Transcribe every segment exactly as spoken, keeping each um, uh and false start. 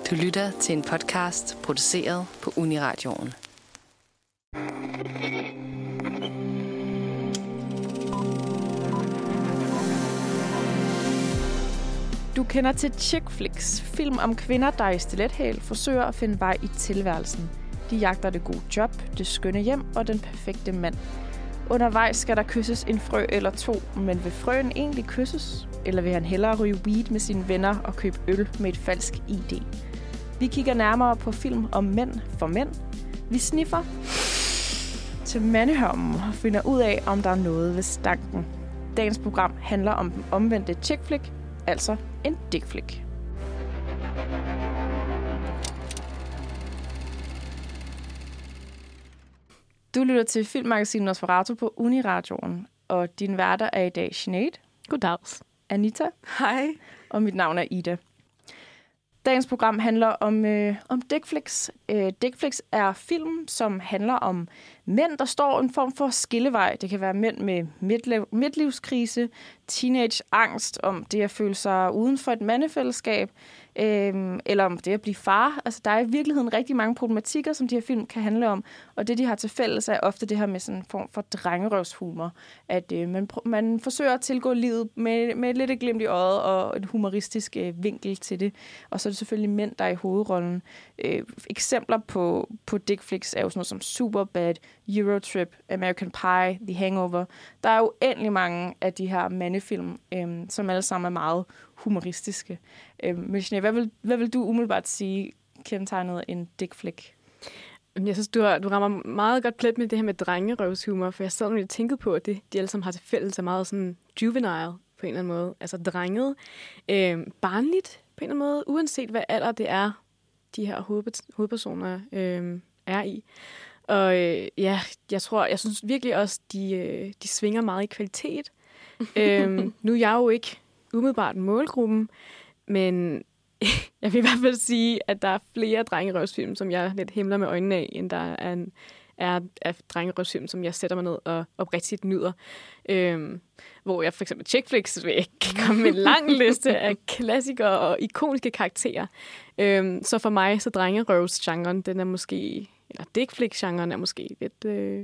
Du lytter til en podcast produceret på Uniradioen. Du kender til chick flicks, film om kvinder, der i stilethæl forsøger at finde vej i tilværelsen. De jagter det gode job, det skønne hjem og den perfekte mand. Undervejs skal der kysses en frø eller to, men vil frøen egentlig kysses? Eller vil han hellere ryge weed med sine venner og købe øl med et falsk I D? Vi kigger nærmere på film om mænd for mænd. Vi sniffer til mandehørmen og finder ud af, om der er noget ved stanken. Dagens program handler om den omvendte chick flick, altså en dick flick. Du lytter til filmmagasinet Nosferatu på Uniradioen, og din værter er i dag Sinead. Goddags. Anita. Hej. Og mit navn er Ida. Dagens program handler om, øh, om dick flicks. Øh, dick flicks er film, som handler om mænd, der står en form for skillevej. Det kan være mænd med midtliv- midtlivskrise, teenage-angst, om det at føle sig uden for et mandefællesskab, øh, eller om det at blive far. Altså, der er i virkeligheden rigtig mange problematikker, som de her film kan handle om. Og det, de har til fælles, er ofte det her med sådan en form for drengerøvshumor. At øh, man, pr- man forsøger at tilgå livet med, med lidt et glimt i øjet og et humoristisk øh, vinkel til det. Og så er det selvfølgelig mænd, der er i hovedrollen. Øh, eksempler på, på dick flicks er jo sådan noget som Superbad, Eurotrip, American Pie, The Hangover. Der er jo uendelig mange af de her mandefilm, øh, som alle sammen er meget humoristiske. Øh, men Sinead, hvad vil, hvad vil du umiddelbart sige kendetegnet en dick flick? Jeg synes, du, har, du rammer meget godt plet med det her med drengerøvshumor, for jeg sad og tænkede på, at det, de alle sammen har til fælles er meget sådan juvenile på en eller anden måde. Altså drenget, øh, barnligt på en eller anden måde, uanset hvad alder det er, de her hovedpersoner øh, er i. Og øh, ja, jeg tror, jeg synes virkelig også, de, øh, de svinger meget i kvalitet. øhm, nu er jeg jo ikke umiddelbart målgruppen, men jeg vil i hvert fald sige, at der er flere drengerøvsfilm, som jeg lidt himler med øjnene af, end der er, en, er, er drengerøvsfilm, som jeg sætter mig ned og oprigtigt nyder. Øhm, hvor jeg for eksempel chick flicks vil komme med en lang liste af klassikere og ikoniske karakterer. Øhm, så for mig, så drengerøvsgenren, den er måske... eller dick flick-genren er måske lidt... Øh,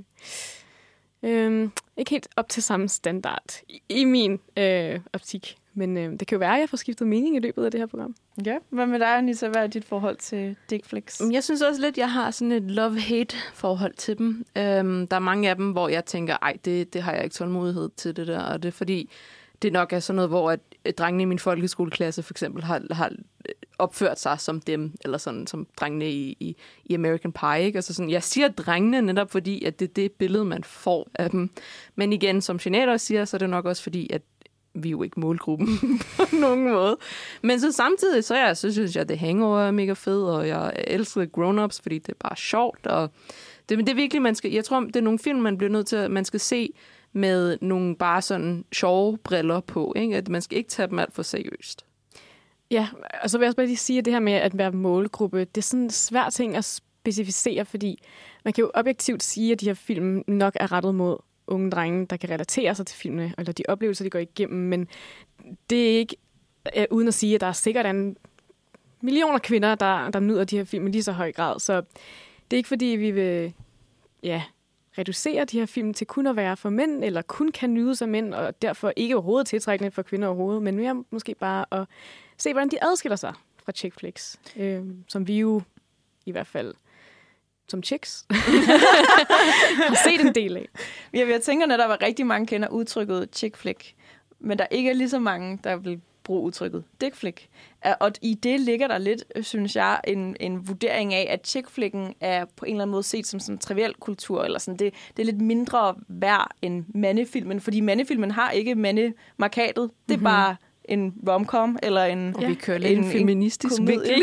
øh, ikke helt op til samme standard i, i min øh, optik. Men øh, det kan jo være, at jeg får skiftet mening i løbet af det her program. Ja, hvad med dig, Anita? Hvad er dit forhold til dick flicks? Jeg synes også lidt, jeg har sådan et love-hate-forhold til dem. Øhm, der er mange af dem, hvor jeg tænker, ej, det, det har jeg ikke tålmodighed til det der. Og det er fordi, det nok er sådan noget, hvor at drengene i min folkeskoleklasse for eksempel har, har opført sig som dem, eller sådan som drengene i, i, i American Pie. Ikke? Altså sådan, jeg siger drengene netop fordi, at det er det billede, man får af dem. Men igen, som Sinead også siger, så er det nok også fordi, at vi er jo ikke målgruppen på nogen måde. Men så samtidig, så, jeg, så synes jeg, at The Hangover er mega fed, og jeg elsker Grown-Ups, fordi det er bare sjovt. Og det, det er virkelig, man skal, jeg tror, det er nogle film, man bliver nødt til, at man skal se med nogle bare sådan sjove briller på. Ikke? At man skal ikke tage dem alt for seriøst. Ja, og så vil jeg også bare lige sige, at det her med at være målgruppe, det er sådan en svær ting at specificere, fordi man kan jo objektivt sige, at de her film nok er rettet mod unge drenge, der kan relatere sig til filmene, eller de oplevelser, de går igennem, men det er ikke uh, uden at sige, at der er sikkert en millioner kvinder, der, der nyder de her film i lige så høj grad, så det er ikke fordi, vi vil ja, reducere de her film til kun at være for mænd, eller kun kan nydes af mænd, og derfor ikke overhovedet tiltrækkende for kvinder overhovedet, men mere måske bare at se, hvordan de adskiller sig fra chick flicks, øh, som vi jo i hvert fald som chicks har set en del af. Ja, jeg tænker netop, at rigtig mange kender udtrykket chick flick, men der ikke er lige så mange, der vil bruge udtrykket dick flick. Og i det ligger der lidt, synes jeg, en, en vurdering af, at chick flicken er på en eller anden måde set som sådan en triviel kultur, eller sådan. Det, det er lidt mindre værd end mandefilmen, fordi mandefilmen har ikke mandemarkatet. Det er mm-hmm. bare en romcom, eller en... Og ja. vi kører lidt en, en feministisk vinkel.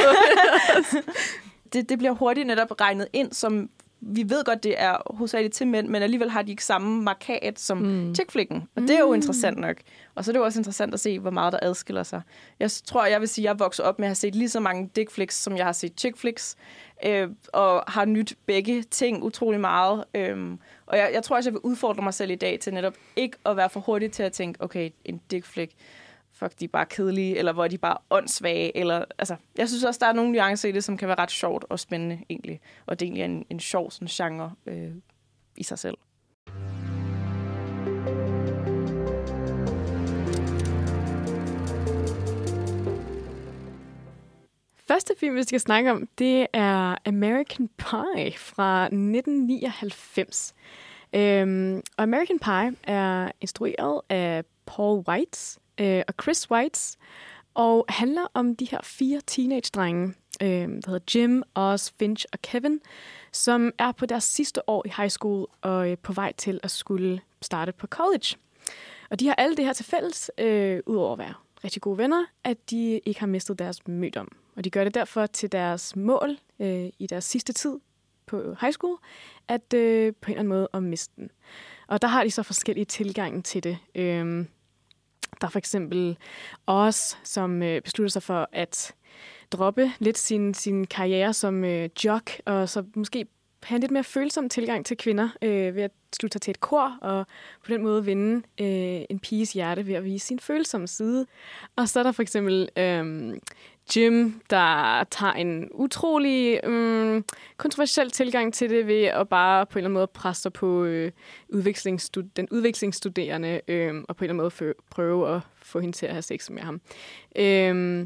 det, det bliver hurtigt netop regnet ind som... Vi ved godt, det er hovedsageligt til mænd, men alligevel har de ikke samme markat som mm. chick flicken. Og det er jo interessant nok. Og så er det jo også interessant at se, hvor meget der adskiller sig. Jeg tror, jeg vil sige, at jeg vokser op med at have set lige så mange dick flicks, som jeg har set chick flicks. Øh, og har nyt begge ting utrolig meget. Øh, og jeg, jeg tror også, jeg vil udfordre mig selv i dag til netop ikke at være for hurtig til at tænke, okay, en dick flick. fuck, de er bare kedelige, eller hvor de er bare åndssvage. Eller, altså, jeg synes også, der er nogle nuancer i det, som kan være ret sjovt og spændende, egentlig. Og det er egentlig en, en sjov sådan, genre øh, i sig selv. Første film, vi skal snakke om, det er American Pie fra nitten nioghalvfems. Øhm, og American Pie er instrueret af Paul Weitz øh, og Chris Weitz, og handler om de her fire teenage-drenge, øh, der hedder Jim, Oz, Finch og Kevin, som er på deres sidste år i high school og øh, på vej til at skulle starte på college. Og de har alle det her til fælles, øh, udover at være rigtig gode venner, at de ikke har mistet deres mødom. Og de gør det derfor til deres mål øh, i deres sidste tid på high school, at øh, på en eller anden måde at miste den. Og der har de så forskellige tilgange til det. Øhm, der er for eksempel Oz, som øh, beslutter sig for at droppe lidt sin, sin karriere som øh, jock, og så måske have en lidt mere følsom tilgang til kvinder øh, ved at slutte sig til et kor, og på den måde vinde øh, en piges hjerte ved at vise sin følsomme side. Og så er der for eksempel øh, Jim, der tager en utrolig øh, kontroversiel tilgang til det ved at bare på en eller anden måde presse sig på øh, udvekslingsstud- den udvekslingsstuderende, øh, og på en eller anden måde f- prøve at få hende til at have sex med ham. Øh,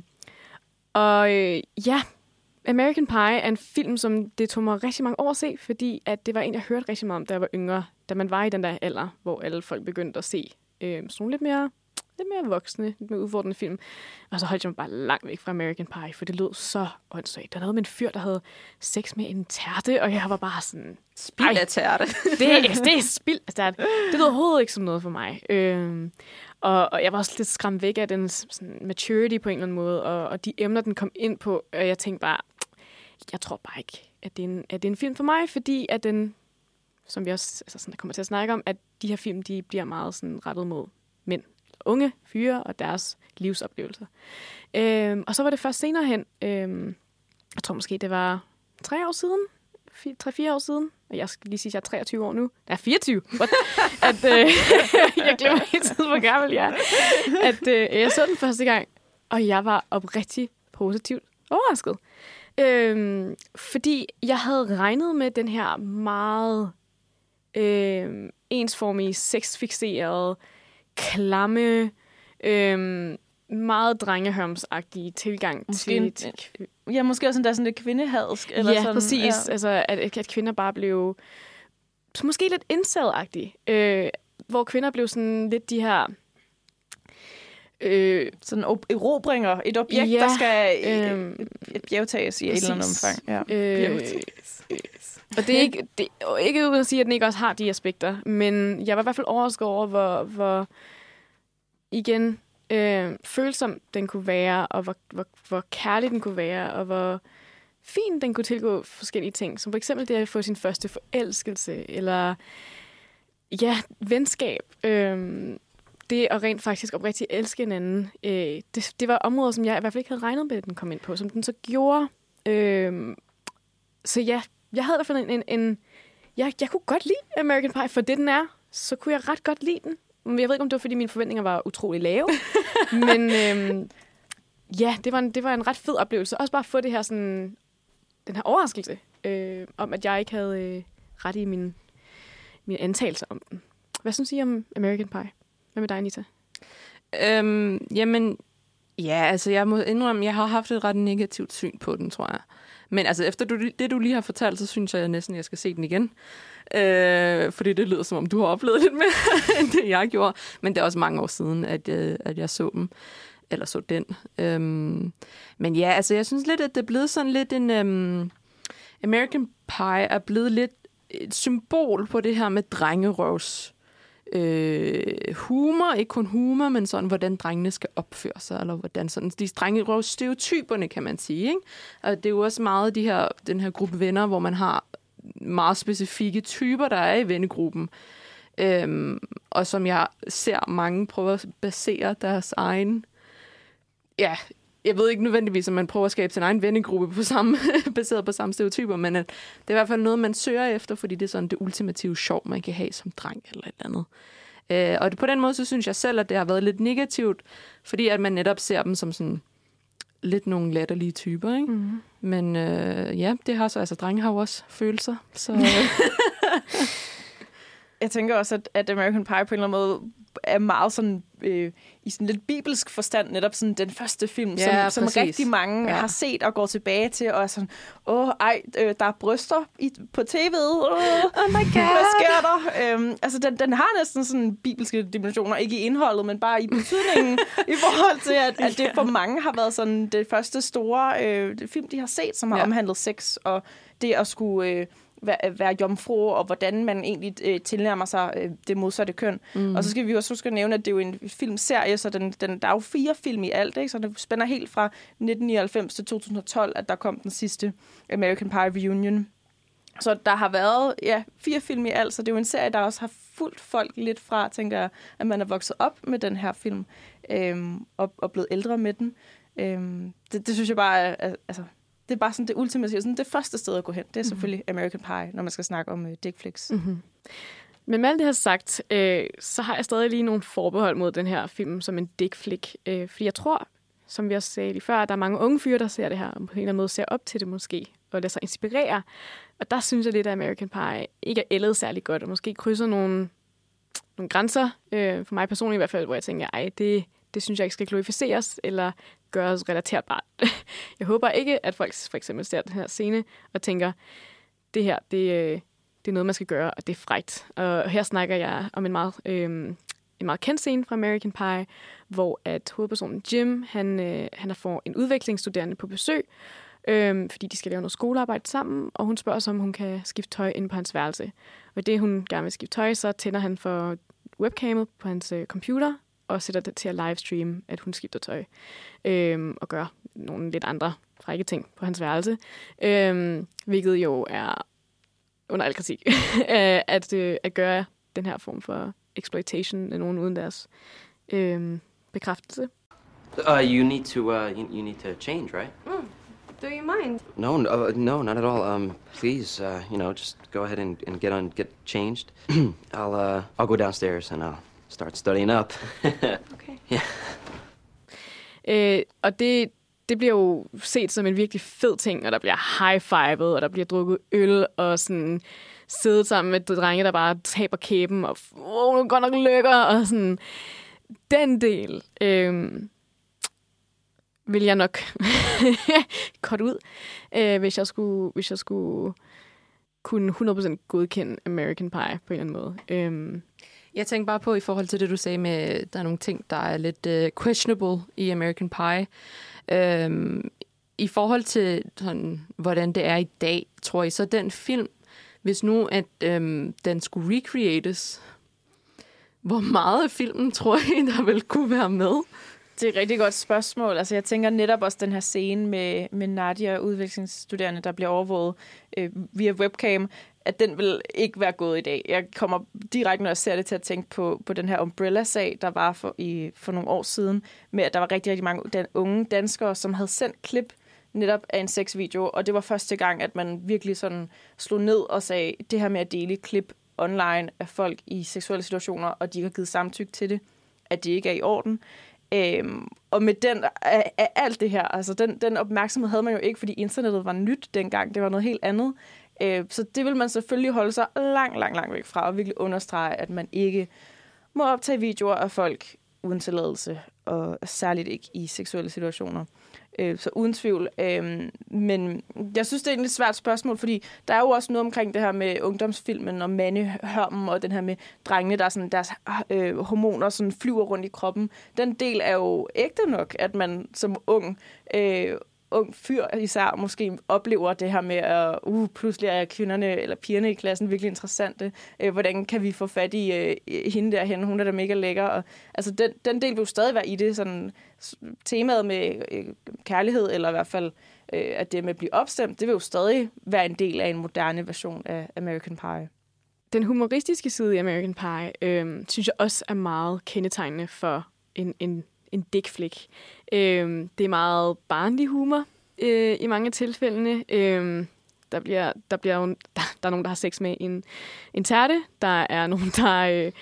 og øh, ja, American Pie er en film, som det tog mig rigtig mange år at se, fordi at det var en, jeg hørte rigtig meget om, da jeg var yngre, da man var i den der alder, hvor alle folk begyndte at se øh, sådan nogle lidt mere, lidt mere voksne, lidt mere udfordrende film. Og så holdt jeg mig bare langt væk fra American Pie, for det lød så åndssvagt. Der var noget med en fyr, der havde sex med en tærte, og jeg var bare sådan... Spild af tærte. det, er, det er spild af tærte. Det lød overhovedet ikke som noget for mig. Øh, Og, og jeg var også lidt skræmt væk af den sådan, maturity på en eller anden måde, og, og de emner, den kom ind på, og jeg tænkte bare, jeg tror bare ikke, at det er en, at det er en film for mig, fordi at den, som vi også altså sådan, kommer til at snakke om, at de her film, de bliver meget sådan, rettet mod mænd, unge fyre og deres livsoplevelser. Øhm, og så var det først senere hen, øhm, jeg tror måske, det var tre år siden, tre-fire år siden, og jeg skal lige sige, at jeg er treogtyve år nu. Nej, fireogtyve. at, øh, jeg glemmer hele tiden, hvor gammel jeg er. At øh, jeg så den første gang, og jeg var oprigtigt positivt overrasket. Øhm, fordi jeg havde regnet med den her meget øh, ensformige, sexfixerede, klamme, øh, meget drengehørmsagtige tilgang måske til... En, til ja, måske også sådan, der sådan lidt kvindehadsk. Eller ja, sådan, præcis. Ja. Altså, at, at kvinder bare blev måske lidt incel-agtige. Øh, hvor kvinder blev sådan lidt de her... Øh, sådan erobringer. Et objekt, ja, der skal øh, et, et bjergtages i præcis. Et eller andet omfang. Ja. Øh, og det er ikke, det er ikke uden at sige, at den ikke også har de aspekter. Men jeg var i hvert fald overrasket over, hvor, hvor igen... Øh, følsom den kunne være, og hvor, hvor, hvor kærlig den kunne være, og hvor fin den kunne tilgå forskellige ting. Som for eksempel det at få sin første forelskelse, eller ja, venskab. Øh, det at rent faktisk oprigtigt elske hinanden. Øh, det, det var områder, som jeg i hvert fald ikke havde regnet med, at den kom ind på, som den så gjorde. Øh, så ja, jeg havde i hvert fald en... en, en jeg, jeg kunne godt lide American Pie, for det den er, så kunne jeg ret godt lide den. Jeg ved ikke, om det var, fordi mine forventninger var utrolig lave. Men øhm, ja, det var, en, det var en ret fed oplevelse. Også bare at få det her, sådan, den her overraskelse, øh, om at jeg ikke havde øh, ret i mine, mine antagelser om den. Hvad synes I om American Pie? Hvad med dig, Anita? Øhm, jamen, ja, altså jeg må indrømme, jeg har haft et ret negativt syn på den, tror jeg. Men altså, efter du, det, du lige har fortalt, så synes jeg næsten, at jeg skal se den igen. Øh, fordi det lyder, som om du har oplevet lidt mere, end det jeg gjorde. Men det er også mange år siden, at jeg, at jeg så dem. Eller så den. Øhm, men ja, altså, jeg synes lidt, at det er blevet sådan lidt en... Um, American Pie er blevet lidt et symbol på det her med drengerøvs øh, humor. Ikke kun humor, men sådan, hvordan drengene skal opføre sig, eller hvordan sådan, de drengerøvs stereotyperne, kan man sige. Ikke? Og det er jo også meget de her, den her gruppe venner, hvor man har meget specifikke typer, der er i vennegruppen. Øhm, og som jeg ser mange prøver at basere deres egen... Ja, jeg ved ikke nødvendigvis, om man prøver at skabe sin egen vennegruppe på samme, baseret på samme stereotyper, men at det er i hvert fald noget, man søger efter, fordi det er sådan det ultimative sjov, man kan have som dreng eller et eller andet. Øh, og på den måde, så synes jeg selv, at det har været lidt negativt, fordi at man netop ser dem som sådan lidt nogle latterlige typer, ikke? Mm-hmm. Men øh, ja, det har så, altså drenge har jo også følelser, så... Jeg tænker også, at, at American Pie på en eller anden måde er meget sådan, øh, i sådan lidt bibelsk forstand, netop sådan den første film, ja, som, som rigtig mange ja. har set og går tilbage til, og er sådan, åh, ej, øh, der er bryster i, på tv'et, oh, oh my god, hvad sker der? Øhm, altså, den, den har næsten sådan bibelske dimensioner, ikke i indholdet, men bare i betydningen, i forhold til, at, at det for mange har været sådan det første store øh, film, de har set, som har ja. omhandlet sex, og det at skulle... Øh, Være, være jomfru, og hvordan man egentlig øh, tilnærmer sig øh, det modsatte køn. Mm. Og så skal vi også huske at nævne, at det er jo en filmserie, så den, den, der er jo fire film i alt, ikke? Så det spænder helt fra nitten nioghalvfems til to tusind og tolv, at der kom den sidste American Pie Reunion. Så der har været ja, fire film i alt, så det er jo en serie, der også har fulgt folk lidt fra, tænker jeg, at man er vokset op med den her film, øhm, og, og blevet ældre med den. Øhm, det, det synes jeg bare er... er altså, det er bare sådan det ultimative, sådan det første sted at gå hen. Det er selvfølgelig mm-hmm. American Pie, når man skal snakke om uh, dick flicks. Mm-hmm. Men med alt det her sagt, øh, så har jeg stadig lige nogle forbehold mod den her film som en dick flick. Øh, fordi jeg tror, som vi også sagde lige før, at der er mange unge fyre, der ser det her, og på en eller anden måde ser op til det måske, og lader sig inspirere. Og der synes jeg lidt, at American Pie ikke er ældet særlig godt, og måske krydser nogle, nogle grænser, øh, for mig personligt i hvert fald, hvor jeg tænker, ej, det, det synes jeg ikke skal glorificeres, eller gøres relaterbart. Jeg håber ikke, at folk for eksempel ser den her scene og tænker, det her, det, det er noget, man skal gøre, og det er frækt. Og her snakker jeg om en meget, øh, en meget kendt scene fra American Pie, hvor at hovedpersonen Jim, han, øh, han har fået en udvekslingsstuderende på besøg, øh, fordi de skal lave noget skolearbejde sammen, og hun spørger sig, om hun kan skifte tøj inde på hans værelse. Og det, hun gerne vil skifte tøj, så tænder han for webcamet på hans øh, computer, og sætter det til at livestream, at hun skifter tøj, øhm, og gør nogle lidt andre frække ting på hans værelse, øhm, hvilket jo er under al kritik, at, øh, at gøre den her form for exploitation af nogen uden deres øhm, bekræftelse. Uh, you need to, uh, you, you need to change, right? Mm. Do you mind? No, no, uh, no, not at all. Um, please, uh, you know, just go ahead and, and get on, get changed. I'll, uh, I'll go downstairs and I'll start studying up. Okay. Yeah. Øh, og det, det bliver jo set som en virkelig fed ting, og der bliver high-fivet, og der bliver drukket øl, og sådan siddet sammen med drenge, der bare taber kæben, og åh, nu går nok lykker, og sådan. Den del øh, vil jeg nok kort ud, øh, hvis jeg skulle, hvis jeg skulle kunne hundrede procent godkende American Pie på en eller anden måde. Øh, Jeg tænker bare på, i forhold til det, du sagde med, der er nogle ting, der er lidt uh, questionable i American Pie. Øhm, I forhold til, sådan, hvordan det er i dag, tror jeg, så den film, hvis nu, at øhm, den skulle recreates, hvor meget af filmen, tror jeg, der vil kunne være med? Det er et rigtig godt spørgsmål. Altså, jeg tænker netop også den her scene med, med Nadia, udvekslingsstuderende, der bliver overvåget øh, via webcam, at den vil ikke være gået i dag. Jeg kommer direkte, når jeg ser det, til at tænke på, på den her Umbrella-sag, der var for, i, for nogle år siden, med at der var rigtig, rigtig mange dan- unge danskere, som havde sendt klip netop af en sexvideo, og det var første gang, at man virkelig sådan slog ned og sagde, det her med at dele klip online af folk i seksuelle situationer, og de ikke har givet samtykke til det, at det ikke er i orden. Øhm, og med den, af, af alt det her, altså den, den opmærksomhed havde man jo ikke, fordi internettet var nyt dengang, det var noget helt andet. Øh, så det vil man selvfølgelig holde sig langt, langt, langt væk fra, og virkelig understrege, at man ikke må optage videoer af folk uden tilladelse, og særligt ikke i seksuelle situationer. Øh, så uden tvivl. Øh, men jeg synes, det er et lidt svært spørgsmål, fordi der er jo også noget omkring det her med ungdomsfilmen og mandehørmen, og den her med drengene, der sådan, deres øh, hormoner sådan flyver rundt i kroppen. Den del er jo ægte nok, at man som ung øh, ung fyr især måske oplever det her med, at uh, pludselig er kvinderne eller pigerne i klassen virkelig interessante. Øh, hvordan kan vi få fat i øh, hende derhen? Hun er da mega lækker. Og, altså, den, den del vil jo stadig være i det. Sådan, temaet med øh, kærlighed, eller i hvert fald øh, at det med at blive opstemt, det vil jo stadig være en del af en moderne version af American Pie. Den humoristiske side i American Pie, øh, synes jeg også er meget kendetegnende for en, en en dick flick. Øh, det er meget barnlig humor øh, i mange af tilfældene. Øh, der, bliver, der, bliver jo, der, der er nogen, der har sex med en, en tærte. Der er nogen, der, øh,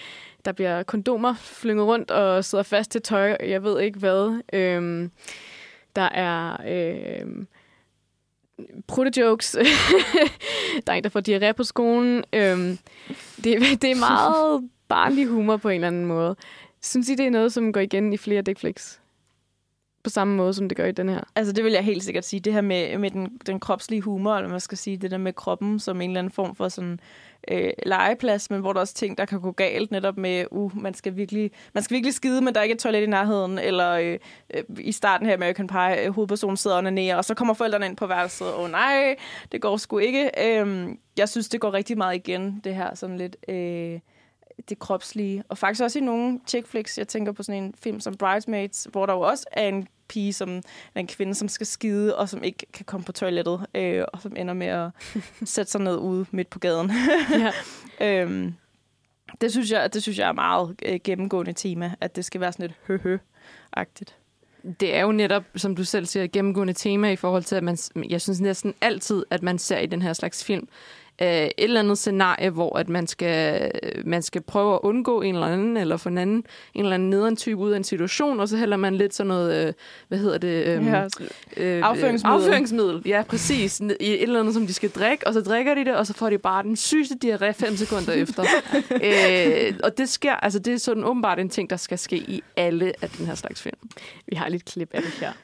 der bliver kondomer flynget rundt og sidder fast til tøj, jeg ved ikke hvad. Øhm, der er øhm, prutte-jokes. Der er en, der får diarré på skolen. Øhm, det, det er meget barnlig humor på en eller anden måde. Synes I, det er noget, som går igen i flere dickflicks? På samme måde, som det gør i den her? Altså, det vil jeg helt sikkert sige. Det her med, med den, den kropslige humor, eller man skal sige, det der med kroppen som en eller anden form for sådan øh, legeplads, men hvor der også ting, der kan gå galt, netop med, uh, man skal virkelig, man skal virkelig skide, men der er ikke et toilet i nærheden, eller øh, øh, i starten her American Pie, øh, hovedpersonen sidder og onanerer, og så kommer forældrene ind på værelset, og oh, nej, det går sgu ikke. Øh, jeg synes, det går rigtig meget igen, det her sådan lidt... Øh, det kropslige. Og faktisk også i nogle chick flicks. Jeg tænker på sådan en film som Bridesmaids, hvor der jo også er en pige, som er en kvinde, som skal skide, og som ikke kan komme på toilettet, øh, og som ender med at sætte sig ned ude midt på gaden. Ja. øhm, det, synes jeg, det synes jeg er meget øh, gennemgående tema, at det skal være sådan lidt høhø-agtigt. Det er jo netop, som du selv siger, et gennemgående tema i forhold til, at man, jeg synes næsten altid, at man ser i den her slags film, et eller andet scenarie, hvor at man skal man skal prøve at undgå en eller anden, eller få en anden, en eller anden nederen type ud af en situation, og så hælder man lidt sådan noget, øh, hvad hedder det? Øh, ja, øh, afføringsmiddel. Afføringsmiddel, ja, præcis. I et eller andet, som de skal drikke, og så drikker de det, og så får de bare den sygeste diarré fem sekunder efter. øh, og det sker, altså det er sådan åbenbart en ting, der skal ske i alle af den her slags film. Vi har lidt klip af det her.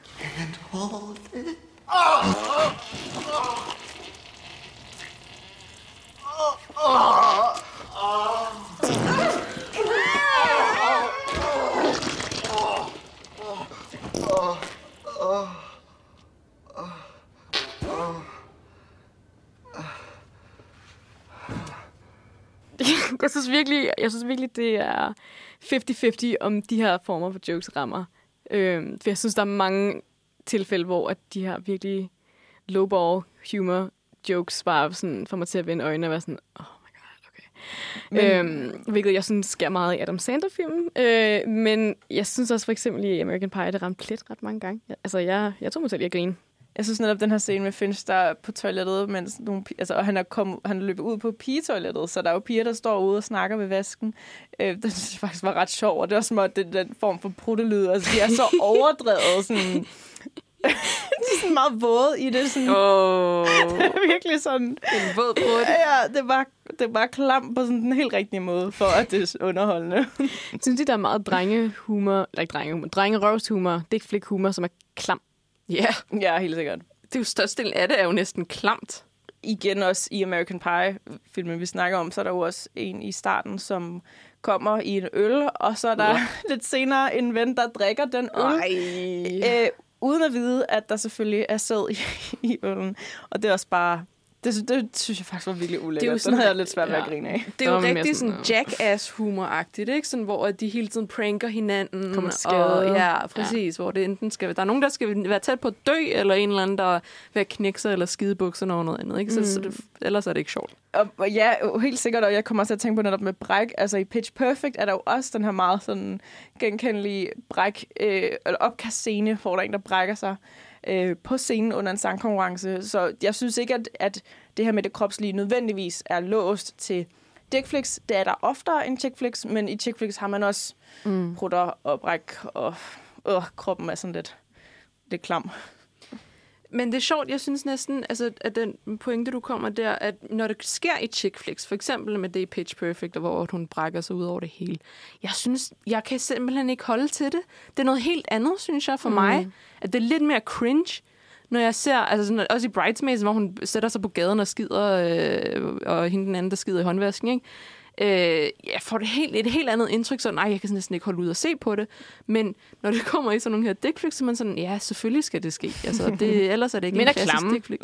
Jeg synes virkelig, jeg synes virkelig, det er halvtreds halvtreds om de her former for jokes rammer. Øhm, for jeg synes, der er mange tilfælde, hvor at de her virkelig lowball humor jokes bare sådan får mig til at vende øjnene og være sådan, oh my god, okay. Men, øhm, hvilket jeg synes sker meget i Adam Sandler-filmen. Øh, men jeg synes også for eksempel i American Pie, det ramte plet ret mange gange. Altså, jeg, jeg tog mig selv i at grine. Jeg synes netop, den her scene med Finch, der er på toilettet, mens nogle, altså, og han er, kommet, han er løbet ud på pigetoilettet, så der er jo piger, der står ude og snakker ved vasken. Øh, det synes jeg faktisk var ret sjov, og det er også som at det er den form for pruttelyd. Altså, de er så overdrevet, sådan... de er sådan meget våde i det. Sådan. Oh. Det er virkelig sådan... En våd prut. Ja, det var, det var klam på sådan den helt rigtige måde, for at det er underholdende. Synes I, der er meget drengehumor, eller ikke drengehumor, drengerøvshumor, dickflick-humor, som er klam? Ja, yeah. Ja, helt sikkert. Det er jo størstedelen af det er jo næsten klamt. Igen også i American Pie-filmen, vi snakker om, så er der jo også en i starten, som kommer i en øl, og så er der ja. lidt senere en ven, der drikker den øl, øh, uden at vide, at der selvfølgelig er sæd i, i øllen. Og det er også bare... Det, det synes jeg faktisk var virkelig ulækkert. Det er jo sådan, den havde jeg lidt svært ved ja. at grine af. Det er jo rigtig sådan jackass-humor-agtigt, ikke? Sådan, hvor de hele tiden pranker hinanden. Kommer til skade. Og, ja, præcis. Ja. Hvor det enten skal... Der er nogen, der skal være tæt på at dø, eller en eller anden, der er ved at knække sig, eller skide bukserne over noget andet, ikke? Så, mm. så det, ellers er det ikke sjovt. Og, og ja, helt sikkert, og jeg kommer også til at tænke på netop med bræk. Altså i Pitch Perfect er der jo også den her meget sådan genkendelige bræk, øh, eller opkast-scene, hvor der er en, der brækker sig øh, på scenen under en sangkonkurrence. Så jeg synes ikke, at, at det her med det kropslige nødvendigvis er låst til dickflicks. Det er der oftere end chickflicks, men i chickflicks har man også mm. prutter og bræk, og øh, kroppen er sådan lidt, lidt klam. Men det er sjovt, jeg synes næsten, altså, at den pointe, du kommer der, at når det sker i chick flicks, for eksempel med det i Pitch Perfect, hvor hun brækker sig ud over det hele, jeg synes, jeg kan simpelthen ikke holde til det. Det er noget helt andet, synes jeg, for mm. mig. At det er lidt mere cringe, når jeg ser, altså sådan, også i Bridesmaids, hvor hun sætter sig på gaden og skider, øh, og hende den anden, der skider i håndvasken, ikke? Øh, jeg får det helt, et helt andet indtryk, så nej, jeg kan næsten ikke holde ud og se på det. Men når det kommer i sådan nogle her dickflicks, så er man sådan, ja, selvfølgelig skal det ske. Altså, det, ellers er det ikke Men en klassisk dickflick.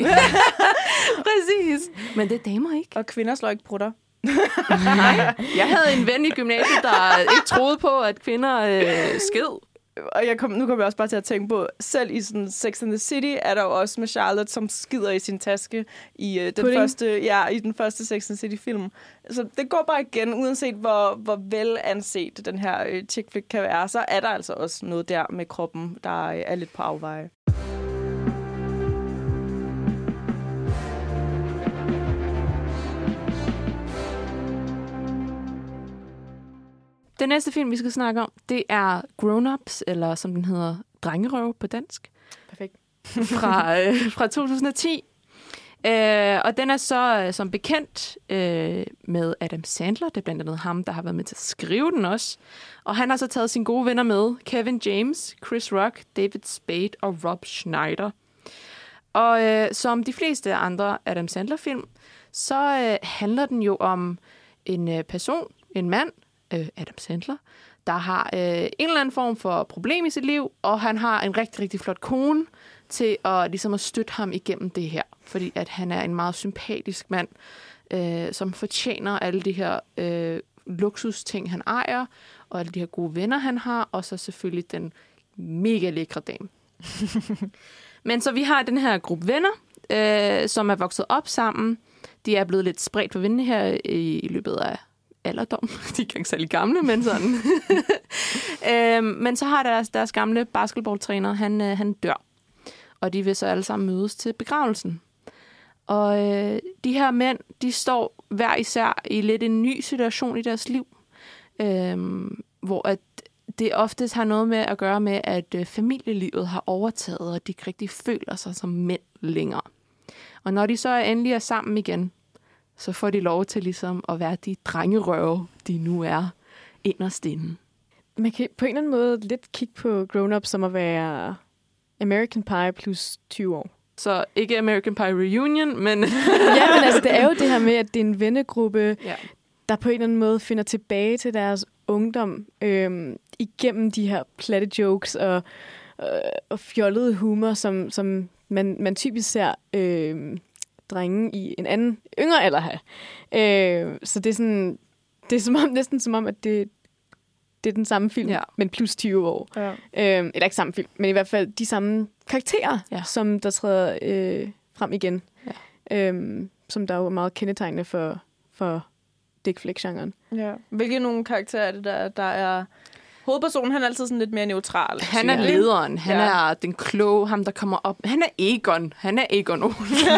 Præcis. Men det er damer ikke. Og kvinder slår ikke prutter. Nej, jeg havde en ven i gymnasiet, der ikke troede på, at kvinder øh, sked. Og jeg kom, nu kommer jeg også bare til at tænke på, selv i sådan Sex and the City er der jo også med Charlotte, som skider i sin taske i, uh, den, første, ja, i den første Sex and the City-film. Så det går bare igen, uanset hvor, hvor vel anset den her uh, chick flick kan være, så er der altså også noget der med kroppen, der uh, er lidt på afveje. Den næste film, vi skal snakke om, det er Grown Ups, eller som den hedder, Drengerøv på dansk. Perfekt. fra, øh, fra to tusind og ti. Øh, og den er så øh, som bekendt øh, med Adam Sandler. Det er blandt andet ham, der har været med til at skrive den også. Og han har så taget sine gode venner med. Kevin James, Chris Rock, David Spade og Rob Schneider. Og øh, som de fleste andre Adam Sandler-film, så øh, handler den jo om en øh, person, en mand, øh, Adam Sandler, der har øh, en eller anden form for problem i sit liv, og han har en rigtig, rigtig flot kone til at, ligesom at støtte ham igennem det her. Fordi at han er en meget sympatisk mand, øh, som fortjener alle de her øh, luksusting, han ejer, og alle de her gode venner, han har, og så selvfølgelig den mega lækre dame. Men så vi har den her gruppe venner, øh, som er vokset op sammen. De er blevet lidt spredt på vindene her i, i løbet af alderdom. De er ikke særlig gamle, men sådan. øh, men så har deres, deres gamle basketballtræner, han, øh, han dør. Og de vil så alle sammen mødes til begravelsen. Og øh, de her mænd, de står hver især i lidt en ny situation i deres liv. Øh, hvor at det oftest har noget med at gøre med, at øh, familielivet har overtaget, og de ikke rigtig føler sig som mænd længere. Og når de så endelig er sammen igen, så får de lov til ligesom at være de drengerøve, de nu er inderst inde. Man kan på en eller anden måde lidt kigge på Grown Up som at være American Pie plus tyve år. Så ikke American Pie Reunion, men... ja, men altså, det er jo det her med, at det er en vennegruppe, ja. der på en eller anden måde finder tilbage til deres ungdom øhm, igennem de her platte jokes og, øh, og fjollede humor, som, som man, man typisk ser øh, drenge i en anden yngre alder have. Øh, så det er sådan, det er som om, næsten som om, at det, det er den samme film, ja. men plus tyve år. Ja. Øh, eller ikke samme film, men i hvert fald de samme karakterer, ja. som der træder øh, frem igen. Ja. Øh, som der jo er meget kendetegnende for, for dick flick-genren. Ja. Hvilke nogle karakterer er det, der, der er... Hovedpersonen, han er altid sådan lidt mere neutral. Han er lederen. Han ja. er den kloge, ham der kommer op. Han er Egon. Han er Egon Olsen.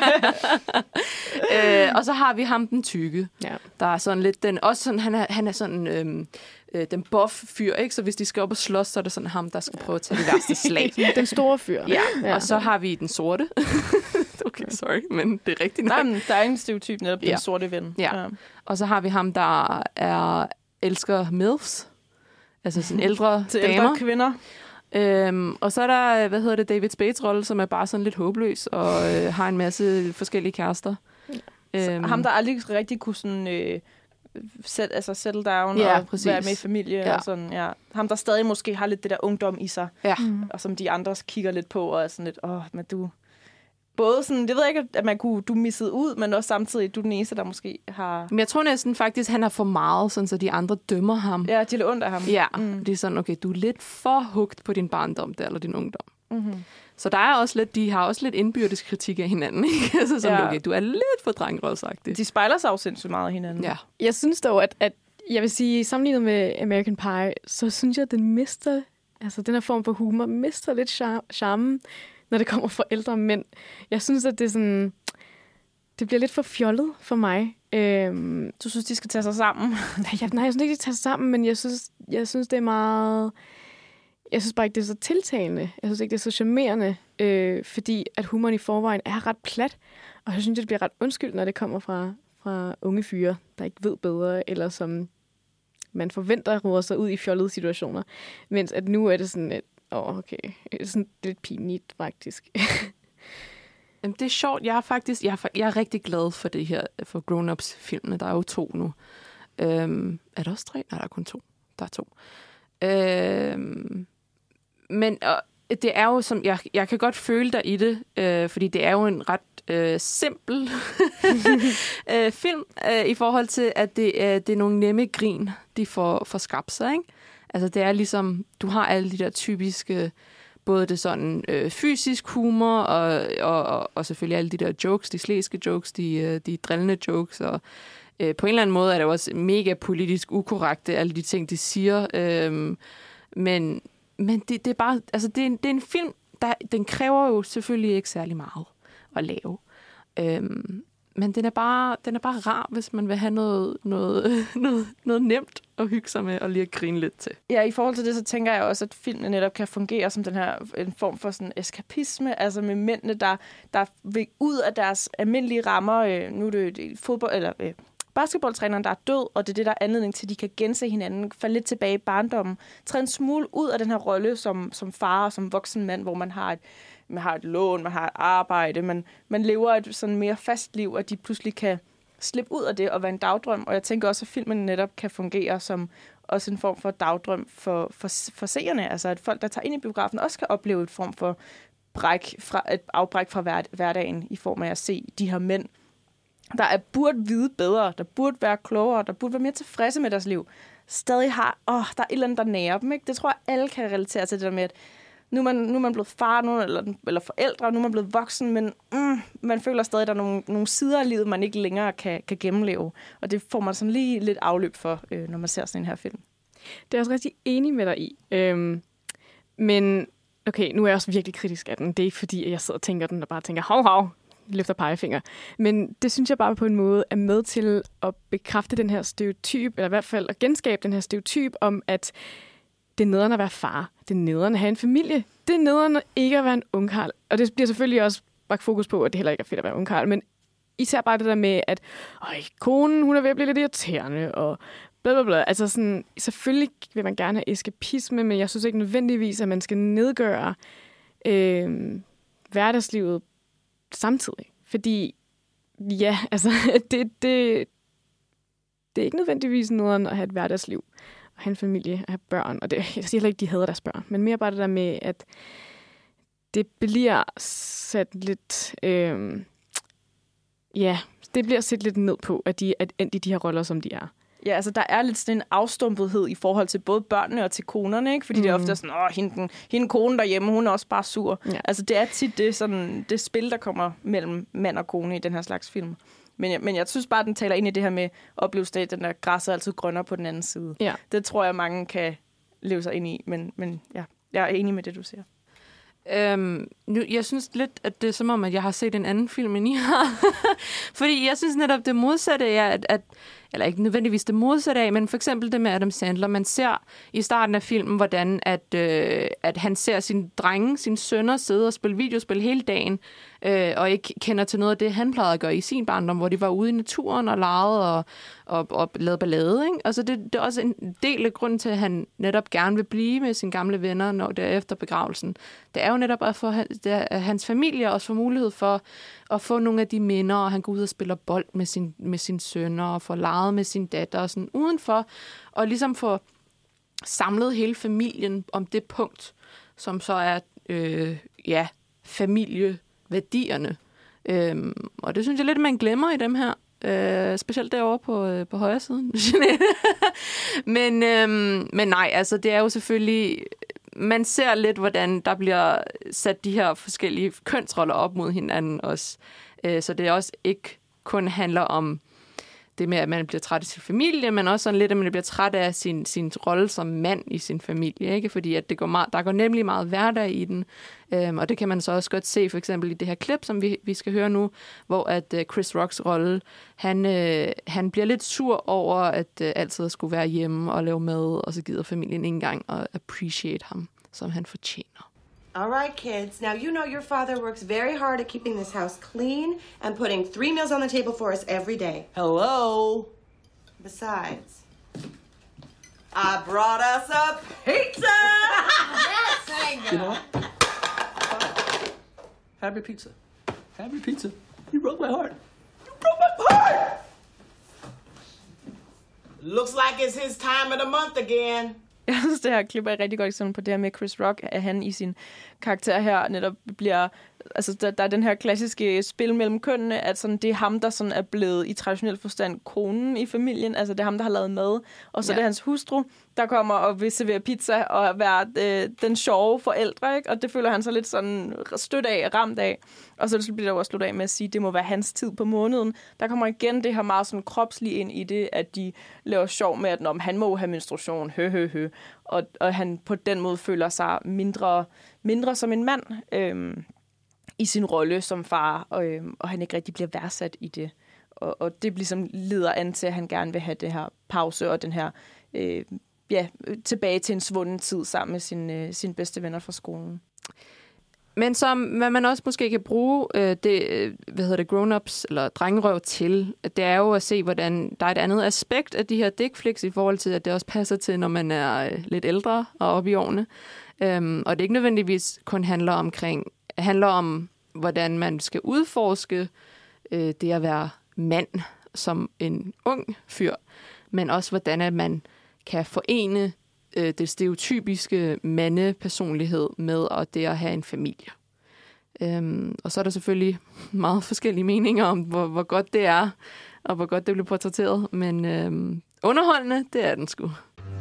øh, og så har vi ham den tykke. Ja. Der er sådan lidt den... Også sådan, han er, han er sådan... Øhm, øh, den buff fyr, ikke? Så hvis de skal op og slås, så er det sådan ham, der skal prøve at tage de værste slag. Den store fyr. Ja. ja. Og så har vi den sorte. Okay, sorry, men det er rigtigt nok. Nej, men der er en stereotyp netop, ja. den sorte ven. Ja. ja. Og så har vi ham, der er elsker milfs. Altså sådan ældre til damer. ældre kvinder. Øhm, og så er der, hvad hedder det, David Spades rolle, som er bare sådan lidt håbløs og øh, har en masse forskellige kærester. Ja. Øhm. Ham, der aldrig rigtig kunne sådan, øh, set, altså settle down ja, og præcis. være med i familie. Ja. Og sådan, ja. Ham, der stadig måske har lidt det der ungdom i sig. Ja. Mm. Og som de andre kigger lidt på og er sådan lidt, åh, men du... Både sådan, det ved jeg ikke, at man kunne, du missede ud, men også samtidig, du er den eneste, der måske har... Men jeg tror næsten faktisk, han har for meget, sådan, så de andre dømmer ham. Ja, de er lidt ondt af ham. Ja, mm. det er sådan, okay, du er lidt for hugt på din barndom der, eller din ungdom. Mm-hmm. Så der er også lidt, de har også lidt indbyrdes kritik af hinanden, ikke? Altså sådan, ja. okay, du er lidt for drengrøvsagtig. De spejler sig jo sindssygt meget af hinanden. Ja. Jeg synes dog, at, at jeg vil sige, sammenlignet med American Pie, så synes jeg, at den mister, altså den her form for humor, mister lidt char- charmen, når det kommer fra ældre mænd. Jeg synes, at det er sådan... Det bliver lidt for fjollet for mig. Øhm, du synes, de skal tage sig sammen? nej, jeg, nej, jeg synes ikke, de tager sig sammen, men jeg synes, jeg synes, det er meget... Jeg synes bare ikke, det er så tiltalende. Jeg synes ikke, det er så charmerende, øh, fordi at humoren i forvejen er ret plat. Og jeg synes, det bliver ret undskyld, når det kommer fra, fra unge fyre, der ikke ved bedre, eller som man forventer råder sig ud i fjollede situationer. Mens at nu er det sådan et Åh, oh, okay. Det er sådan lidt pinligt, faktisk. Jamen, det er sjovt. Jeg er faktisk jeg er, jeg er rigtig glad for det her, for Grown Ups-filmene. Der er jo to nu. Øhm, er der også tre? Nej, der er kun to. Der er to. Øhm, men og, det er jo som... Jeg, jeg kan godt føle dig i det, øh, fordi det er jo en ret øh, simpel øh, film, øh, i forhold til, at det, øh, det er nogle nemme grin, de får, får skabt sig, ikke? Altså, det er ligesom, du har alle de der typiske, både det sådan øh, fysisk humor, og, og, og, og selvfølgelig alle de der jokes, de slæske jokes, de, de drillende jokes, og øh, på en eller anden måde er det også mega politisk ukorrekte, alle de ting, de siger. Øh, men men det, det er bare, altså, det er, det er en film, der, den kræver jo selvfølgelig ikke særlig meget at lave. Øh, men den er, bare, den er bare rar, hvis man vil have noget, noget, noget, noget nemt at hygge sig med og lige at grine lidt til. Ja, i forhold til det, så tænker jeg også, at filmene netop kan fungere som den her en form for sådan eskapisme, altså med mændene, der, der vil ud af deres almindelige rammer. Øh, nu er det, det fodbold, eller øh, basketballtræneren, der er død, og det er det, der er anledning til, at de kan gense hinanden, falde lidt tilbage i barndommen, træde en smule ud af den her rolle som, som far og som voksen mand, hvor man har et man har et lån, man har et arbejde, man, man lever et sådan mere fast liv, at de pludselig kan slippe ud af det og være en dagdrøm. Og jeg tænker også, at filmen netop kan fungere som også en form for dagdrøm for, for, for seerne. Altså at folk, der tager ind i biografen, også kan opleve et form for bræk fra, et afbræk fra hver, hverdagen i form af at se de her mænd, der er, burde vide bedre, der burde være klogere, der burde være mere tilfredse med deres liv, stadig har, åh, der er et eller andet, der nærer dem. Ikke? Det tror jeg, alle kan relatere til det der med, at Nu er, man, nu er man blevet far nu, eller, eller forældre, nu er man blevet voksen, men mm, man føler stadig, at der er nogle, nogle sider af livet, man ikke længere kan, kan gennemleve. Og det får man sådan lige lidt afløb for, øh, når man ser sådan en her film. Det er jeg også rigtig enig med dig i. Øhm, men okay, nu er jeg også virkelig kritisk af den. Det er ikke fordi, at jeg sidder og tænker den, og bare tænker, hov, hov, løfter pegefinger. Men det synes jeg bare på en måde er med til at bekræfte den her stereotyp, eller i hvert fald at genskabe den her stereotyp om, at det er nederen at være far. Det er nederen at have en familie. Det er nederen ikke at være en ungkarl. Og det bliver selvfølgelig også bragt fokus på, at det heller ikke er fedt at være ungkarl. Men især bare det der med, at øj, konen hun er ved at blive lidt irriterende, og bla bla bla. Altså sådan, selvfølgelig vil man gerne have eskapisme, men jeg synes ikke nødvendigvis, at man skal nedgøre øh, hverdagslivet samtidig. Fordi, ja, altså, det, det, det er ikke nødvendigvis nederen at have et hverdagsliv. Have en familie, have børn, og det, jeg siger heller ikke, de hader deres børn, men mere bare det der med, at det bliver sat lidt, øh, ja, det bliver set lidt ned på, at de er endt i de her roller, som de er. Ja, altså der er lidt sådan en afstumpethed i forhold til både børnene og til konerne, ikke? Fordi mm. det er ofte sådan, åh, hende, den, hende kone derhjemme, hun er også bare sur. Ja. Altså det er tit det, sådan, det spil, der kommer mellem mand og kone i den her slags film. Men jeg, men jeg synes bare, at den taler ind i det her med oplevelsen af, at den der græs er altid grønnere på den anden side. Ja. Det tror jeg, mange kan leve sig ind i, men, men ja, jeg er enig med det, du siger. Øhm, nu, jeg synes lidt, at det er som om, at jeg har set en anden film, end I har. Fordi jeg synes netop, det modsatte er, at, at eller ikke nødvendigvis det modsatte af, men for eksempel det med Adam Sandler. Man ser i starten af filmen, hvordan at, øh, at han ser sine drenge, sine sønner sidde og spille videospil hele dagen, øh, og ikke kender til noget af det, han plejede at gøre i sin barndom, hvor de var ude i naturen og legede og, og, og lavede ballade. Ikke? Altså det, det er også en del af grunden til, at han netop gerne vil blive med sine gamle venner, når det er efter begravelsen. Det er jo netop at, få, at hans familie også får mulighed for at få nogle af de minder, og han går ud og spiller bold med, sin, med sine sønner, og får leget med sin datter, og sådan udenfor, og ligesom få samlet hele familien om det punkt, som så er, øh, ja, familieværdierne. Øhm, og det synes jeg lidt, man glemmer i dem her. Øh, specielt derovre på, øh, på højre siden. men, øhm, men nej, altså det er jo selvfølgelig... Man ser lidt, hvordan der bliver sat de her forskellige kønsroller op mod hinanden også. Øh, så det er også ikke kun handler om det med, at man bliver træt af sin familie, men også sådan lidt, at man bliver træt af sin, sin rolle som mand i sin familie, ikke? Fordi at det går meget, der går nemlig meget hverdag i den, øhm, og det kan man så også godt se, for eksempel i det her klip, som vi, vi skal høre nu, hvor at uh, Chris Rocks rolle, han, øh, han bliver lidt sur over, at øh, altid skulle være hjemme og lave mad, og så gider familien ikke engang at appreciate ham, som han fortjener. All right, kids. Now, you know your father works very hard at keeping this house clean and putting three meals on the table for us every day. Hello? Besides, I brought us a pizza! You know what? Happy pizza. Happy pizza. You broke my heart. You broke my heart! Looks like it's his time of the month again. Jeg synes, det her klip er et rigtig godt eksempel på det her med Chris Rock, at han i sin karakter her netop bliver... Altså, der, der er den her klassiske spil mellem kønnene, at sådan, det er ham, der sådan er blevet i traditionel forstand konen i familien. Altså, det er ham, der har lavet mad. Og så ja. Det er hans hustru, der kommer og vil servere pizza og være øh, den sjove forældre, ikke? Og det føler han så lidt sådan stødt af, ramt af. Og så bliver der også slutte af med at sige, at det må være hans tid på måneden. Der kommer igen det her meget sådan kropslige ind i det, at de laver sjov med, at når han må have menstruation, hø, hø, hø. Og, og han på den måde føler sig mindre, mindre som en mand. Øhm, i sin rolle som far, og, øh, og han ikke rigtig bliver værdsat i det. Og, og det ligesom leder an til, at han gerne vil have det her pause og den her øh, ja, tilbage til en svunden tid sammen med sine, øh, sine bedste venner fra skolen. Men som hvad man også måske kan bruge øh, det, hvad hedder det, grown-ups eller drengerøv til, det er jo at se, hvordan der er et andet aspekt af de her dick flicks i forhold til, at det også passer til, når man er øh, lidt ældre og oppe i årene. Øhm, og det ikke nødvendigvis kun handler omkring, handler om, hvordan man skal udforske øh, det at være mand som en ung fyr, men også hvordan at man kan forene øh, det stereotypiske mandepersonlighed med og det at have en familie. Øhm, og så er der selvfølgelig meget forskellige meninger om, hvor, hvor godt det er, og hvor godt det bliver portrætteret, men øhm, underholdende, det er den sgu.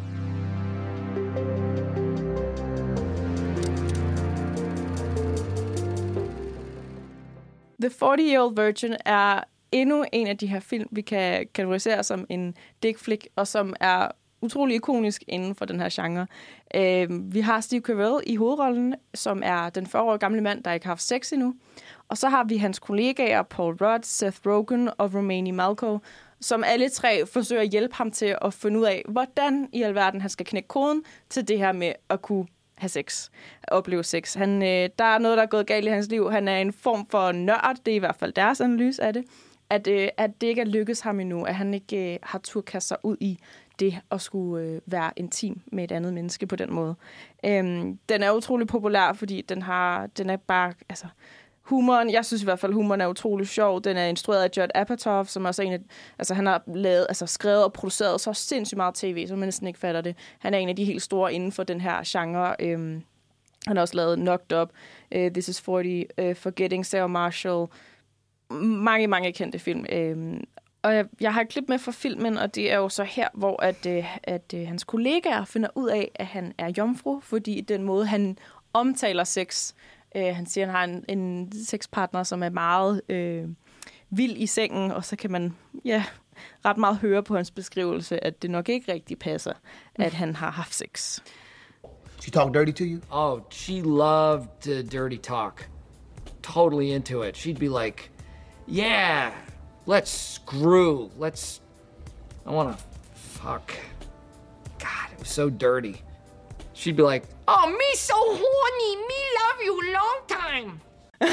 The forty-Year-Old Virgin er endnu en af de her film, vi kan kategorisere som en dick flick, og som er utrolig ikonisk inden for den her genre. Øh, vi har Steve Carell i hovedrollen, som er den fyrre år gamle mand, der ikke har haft sex endnu. Og så har vi hans kollegaer Paul Rudd, Seth Rogen og Romany Malco, som alle tre forsøger at hjælpe ham til at finde ud af, hvordan i alverden han skal knække koden til det her med at kunne have sex, opleve sex. Han, øh, der er noget, der er gået galt i hans liv. Han er en form for nørd, det er i hvert fald deres analyse af det, at, øh, at det ikke er lykkedes ham endnu, at han ikke øh, har tur kaste sig ud i det at skulle øh, være intim med et andet menneske på den måde. Øhm, den er utrolig populær, fordi den har, den er bare, altså, humoren, jeg synes i hvert fald, humoren er utrolig sjov. Den er instrueret af Judd Apatow, som også er en af, altså han har lavet, altså skrevet og produceret så sindssygt meget tv, så man næsten ikke fatter det. Han er en af de helt store inden for den her genre. Øhm, han har også lavet Knocked Up, uh, This is forty, uh, Forgetting Sarah Marshall, mange, mange kendte film. Øhm, og jeg, jeg har et klip med fra filmen, og det er jo så her, hvor at, øh, at øh, hans kollegaer finder ud af, at han er jomfru, fordi den måde, han omtaler sex. Øh, han siger, at han har en, en sexpartner, som er meget øh, vild i sengen, og så kan man ja, ret meget høre på hans beskrivelse, at det nok ikke rigtig passer, at han har haft sex. She talk dirty to you? Oh, she loved uh, dirty talk. Totally into it. She'd be like, yeah, let's screw. Let's, I want to fuck. God, it was so dirty. She'd be like, oh, me so horny. Me love you long time.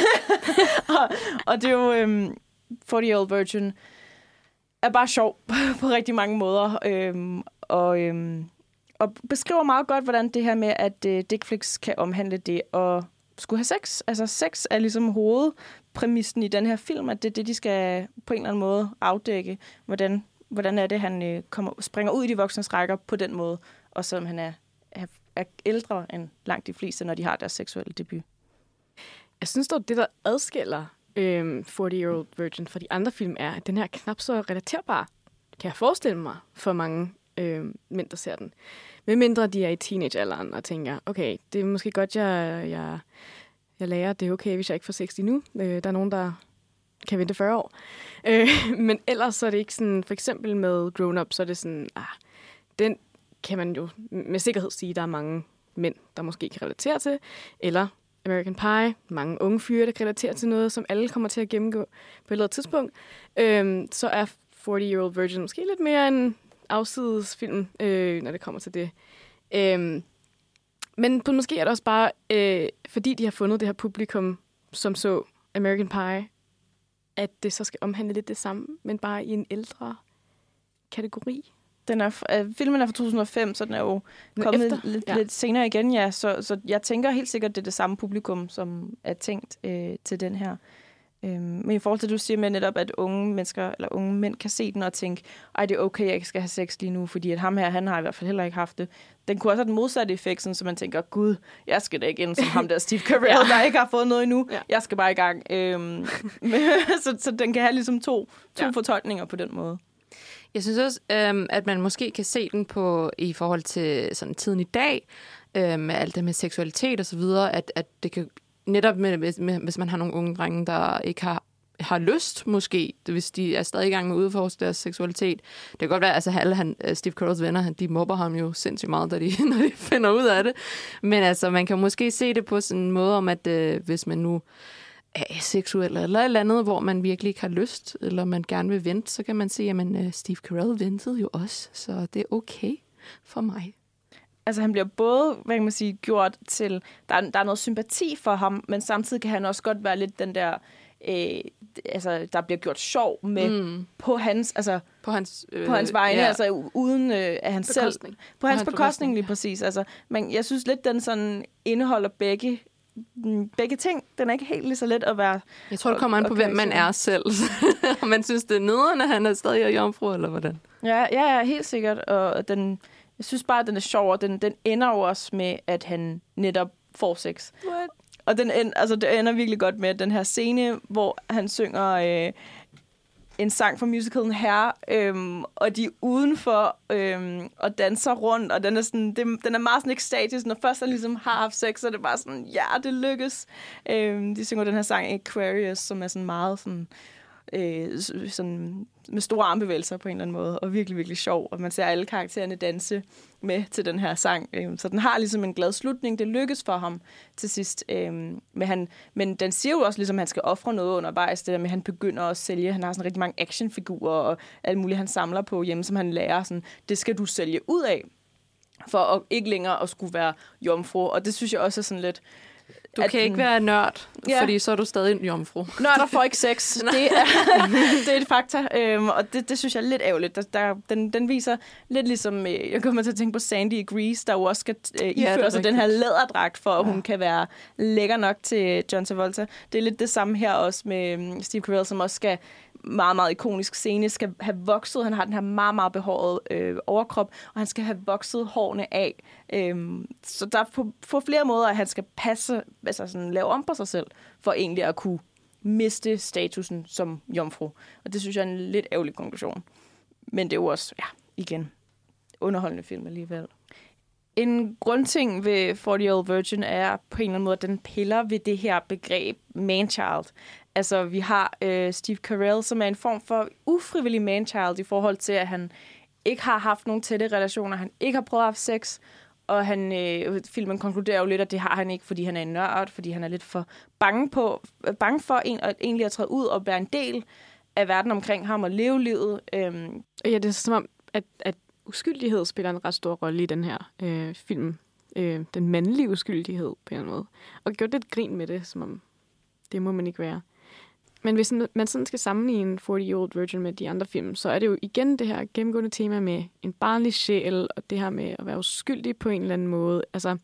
og, og det er jo um, forty-Year-Old Virgin er bare sjov på rigtig mange måder. Um, og, um, og beskriver meget godt, hvordan det her med, at uh, dick flicks kan omhandle det at skulle have sex. Altså sex er ligesom hovedpræmissen i den her film, at det er det, de skal på en eller anden måde afdække. Hvordan, hvordan er det, han uh, kommer, springer ud i de voksnes rækker på den måde, og som han er, er, er ældre end langt de fleste, når de har deres seksuelle debut. Jeg synes dog, det der adskiller øhm, forty-Year-Old Virgin fra de andre film, er, at den her er knap så relaterbar, kan jeg forestille mig, for mange øhm, mænd, der ser den. Medmindre de er i teenagealderen og tænker, okay, det er måske godt, jeg, jeg, jeg lærer, det er okay, hvis jeg ikke får sex endnu. Øh, der er nogen, der kan vente fyrre år. Øh, men ellers så er det ikke sådan, for eksempel med Grown Up, så er det sådan, ah, den kan man jo med sikkerhed sige, der er mange mænd, der måske kan relatere til, eller American Pie, mange unge fyre, der kan relatere til noget, som alle kommer til at gennemgå på et eller andet tidspunkt. Øhm, så er forty-Year-Old Virgin måske lidt mere en afsidesfilm, øh, når det kommer til det. Øhm, men måske er det også bare, øh, fordi de har fundet det her publikum, som så American Pie, at det så skal omhandle lidt det samme, men bare i en ældre kategori. Den er, øh, filmen er fra to tusind og fem, så den er jo kommet efter, lidt, ja. lidt senere igen, ja. Så, så jeg tænker helt sikkert, det er det samme publikum, som er tænkt øh, til den her. Øhm, men i forhold til, at du siger med netop, at unge mennesker, eller unge mænd kan se den og tænke, ej, det er okay, jeg ikke skal have sex lige nu, fordi at ham her, han har i hvert fald heller ikke haft det. Den kunne også have den modsatte effekt, sådan, så man tænker, gud, jeg skal da ikke ind som ham der Steve Carell, ja. der ikke har fået noget endnu. Ja. Jeg skal bare i gang. Øhm, så, så den kan have ligesom to, to ja. fortolkninger på den måde. Jeg synes også, øhm, at man måske kan se den på i forhold til sådan tiden i dag, øh, med alt det med seksualitet og så videre, at, at det kan netop, med, med, hvis man har nogle unge drenge, der ikke har, har lyst måske, hvis de er stadig i gang med at udforske deres seksualitet. Det kan godt være, altså alle han, Steve Carells venner, de mobber ham jo sindssygt meget, da de, når de finder ud af det. Men altså, man kan måske se det på sådan en måde om, at øh, hvis man nu aseksuel eller et eller andet, hvor man virkelig ikke har lyst, eller man gerne vil vente, så kan man sige, at Steve Carell ventede jo også, så det er okay for mig. Altså han bliver både, hvad kan man sige, gjort til, der er, der er noget sympati for ham, men samtidig kan han også godt være lidt den der, øh, altså der bliver gjort sjov med mm. på hans, altså på hans, øh, på hans vegne, ja. altså uden øh, at han selv, på, på hans, hans bekostning lige ja. præcis. Altså, men jeg synes lidt den sådan indeholder begge begge ting. Den er ikke helt lige så let at være. Jeg tror det kommer an på hvem man er selv. Om man synes det er nederen, at han er stadig jomfru eller hvordan. Ja, ja, ja, helt sikkert. Og den jeg synes bare, at den er sjov, og den, den ender jo også med, at han netop får sex. What? Og den end, altså, det ender virkelig godt med den her scene, hvor han synger øh, en sang fra musicalen Hair, øhm, og de er udenfor øhm, og danser rundt, og den er, sådan, det, den er meget sådan ekstatisk. Når først han ligesom har haft sex, så er det bare sådan, ja, det lykkes. Øhm, de synger den her sang Aquarius, som er sådan meget sådan... Øh, sådan med store armbevægelser på en eller anden måde, og virkelig, virkelig sjov, og man ser alle karaktererne danse med til den her sang. Øh, så den har ligesom en glad slutning. Det lykkes for ham til sidst. Øh, men, han, men den siger jo også, ligesom, at han skal ofre noget undervejs. Det der med, at han begynder at sælge. Han har sådan rigtig mange actionfigurer og alt muligt, han samler på hjemme, som han lærer. Sådan, det skal du sælge ud af, for at ikke længere at skulle være jomfru. Og det synes jeg også er sådan lidt... Du kan ikke være nørd, ja. fordi så er du stadig en jomfru. Nørder får ikke sex. det, er, det er et fakta, øhm, og det, det synes jeg er lidt ærgerligt. Der, der, den, den viser lidt ligesom, øh, jeg kommer til at tænke på Sandy i Grease, der jo også skal øh, iføre ja, sig den her læderdragt, for at ja. hun kan være lækker nok til John Travolta. Det er lidt det samme her også med Steve Carell, som også skal meget, meget ikonisk scene, skal have vokset. Han har den her meget, meget behårede øh, overkrop, og han skal have vokset hårene af. Øhm, så der er på, på flere måder, at han skal passe, altså sådan lave om på sig selv, for egentlig at kunne miste statusen som jomfru. Og det synes jeg er en lidt ærgerlig konklusion. Men det er jo også, ja, igen, underholdende film alligevel. En grundting ved forty-Year-Old Virgin er på en eller anden måde, at den piller ved det her begreb man-child. Altså, vi har øh, Steve Carell, som er en form for ufrivillig man-child i forhold til, at han ikke har haft nogen tætte relationer, han ikke har prøvet at have sex, og han, øh, filmen konkluderer jo lidt, at det har han ikke, fordi han er en nørd, fordi han er lidt for bange, på, bange for en, at egentlig at træde ud og være en del af verden omkring ham og leve livet. Øhm. Ja, det er som om, at, at uskyldighed spiller en ret stor rolle i den her øh, film. Øh, den mandlige uskyldighed på en eller anden måde. Og gjort lidt grin med det, som om det må man ikke være. Men hvis man sådan skal sammenligne forty-Year-Old Virgin med de andre film, så er det jo igen det her gennemgående tema med en barnlig sjæl, og det her med at være uskyldig på en eller anden måde. Altså,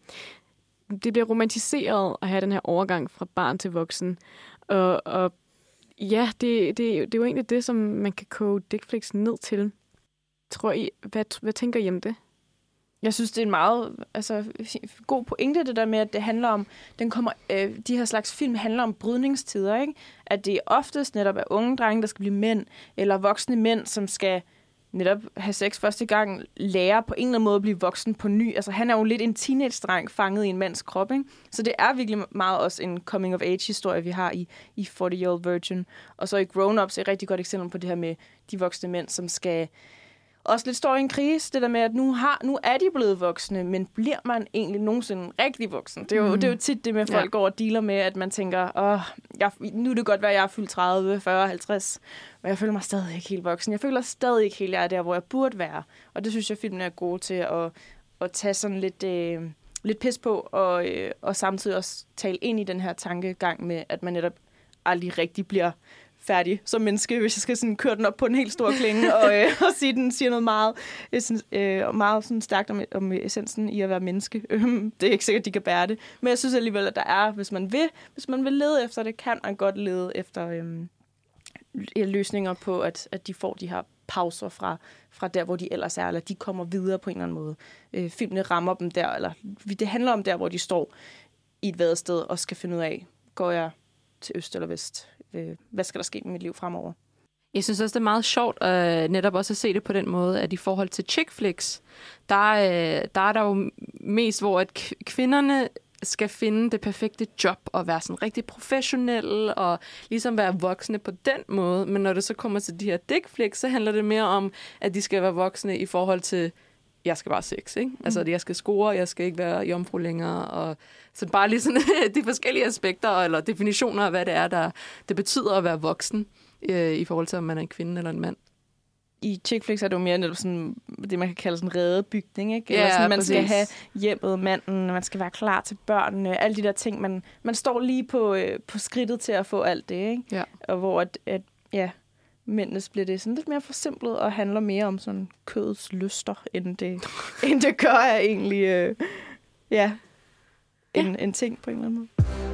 det bliver romantiseret at have den her overgang fra barn til voksen. Og, og ja, det, det, det er jo egentlig det, som man kan koge Dickflicks ned til. Tror I, hvad, hvad tænker I om det? Jeg synes, det er en meget altså, god pointe, det der med, at det handler om, den kommer, øh, de her slags film handler om brydningstider, ikke? At det oftest netop er unge drenge, der skal blive mænd, eller voksne mænd, som skal netop have sex første gang, lære på en eller anden måde at blive voksen på ny. Altså, han er jo lidt en teenage-dreng fanget i en mands krop, ikke? Så det er virkelig meget også en coming-of-age-historie, vi har i, i forty-Year-Old Virgin. Og så i Grown Ups er et rigtig godt eksempel på det her med de voksne mænd, som skal også lidt står i en krise, det der med, at nu, har, nu er de blevet voksne, men bliver man egentlig nogensinde rigtig voksen? Det er jo, mm. det er jo tit det med, at folk ja. går og dealer med, at man tænker, åh, jeg, nu er det godt være, at jeg er fyldt tredive, fyrre, halvtreds, men jeg føler mig stadig ikke helt voksen. Jeg føler stadig ikke helt, at jeg er der, hvor jeg burde være. Og det synes jeg, filmen er god til at, at tage sådan lidt, øh, lidt pis på, og, øh, og samtidig også tale ind i den her tankegang med, at man netop aldrig rigtig bliver færdig som menneske, hvis jeg skal sådan køre den op på en helt stor klinge og, øh, og sige, den siger noget meget, øh, meget sådan stærkt om, om essensen i at være menneske. Det er ikke sikkert, at de kan bære det. Men jeg synes alligevel, at der er, hvis man vil, hvis man vil lede efter det, kan man godt lede efter øh, løsninger på, at, at de får de her pauser fra, fra der, hvor de ellers er, eller de kommer videre på en eller anden måde. Øh, filmene rammer dem der, eller det handler om der, hvor de står i et vadested og skal finde ud af, går jeg til øst eller vest? Hvad skal der ske med mit liv fremover? Jeg synes også, det er meget sjovt øh, netop også at se det på den måde, at i forhold til chick flicks, der, øh, der er der jo mest, hvor at kvinderne skal finde det perfekte job og være sådan rigtig professionelle og ligesom være voksne på den måde. Men når det så kommer til de her dick flicks, så handler det mere om, at de skal være voksne i forhold til jeg skal bare sex, ikke? Mm. Altså, jeg skal score, jeg skal ikke være jomfru længere, og så bare lige sådan de forskellige aspekter, eller definitioner af, hvad det er, der det betyder at være voksen, øh, i forhold til, om man er en kvinde eller en mand. I chick flicks er det jo mere netop sådan, det, man kan kalde sådan en redebygning, ikke? Eller Ja, sådan, man præcis. skal have hjemmet, manden, man skal være klar til børnene, alle de der ting. Man, man står lige på, øh, på skridtet til at få alt det, ikke? Ja. Og hvor at, at ja, mændenes bliver det sådan lidt mere forsimplet og handler mere om sådan kødets lyster, end det, end det gør er egentlig øh, ja, en, ja. en ting på en eller anden måde.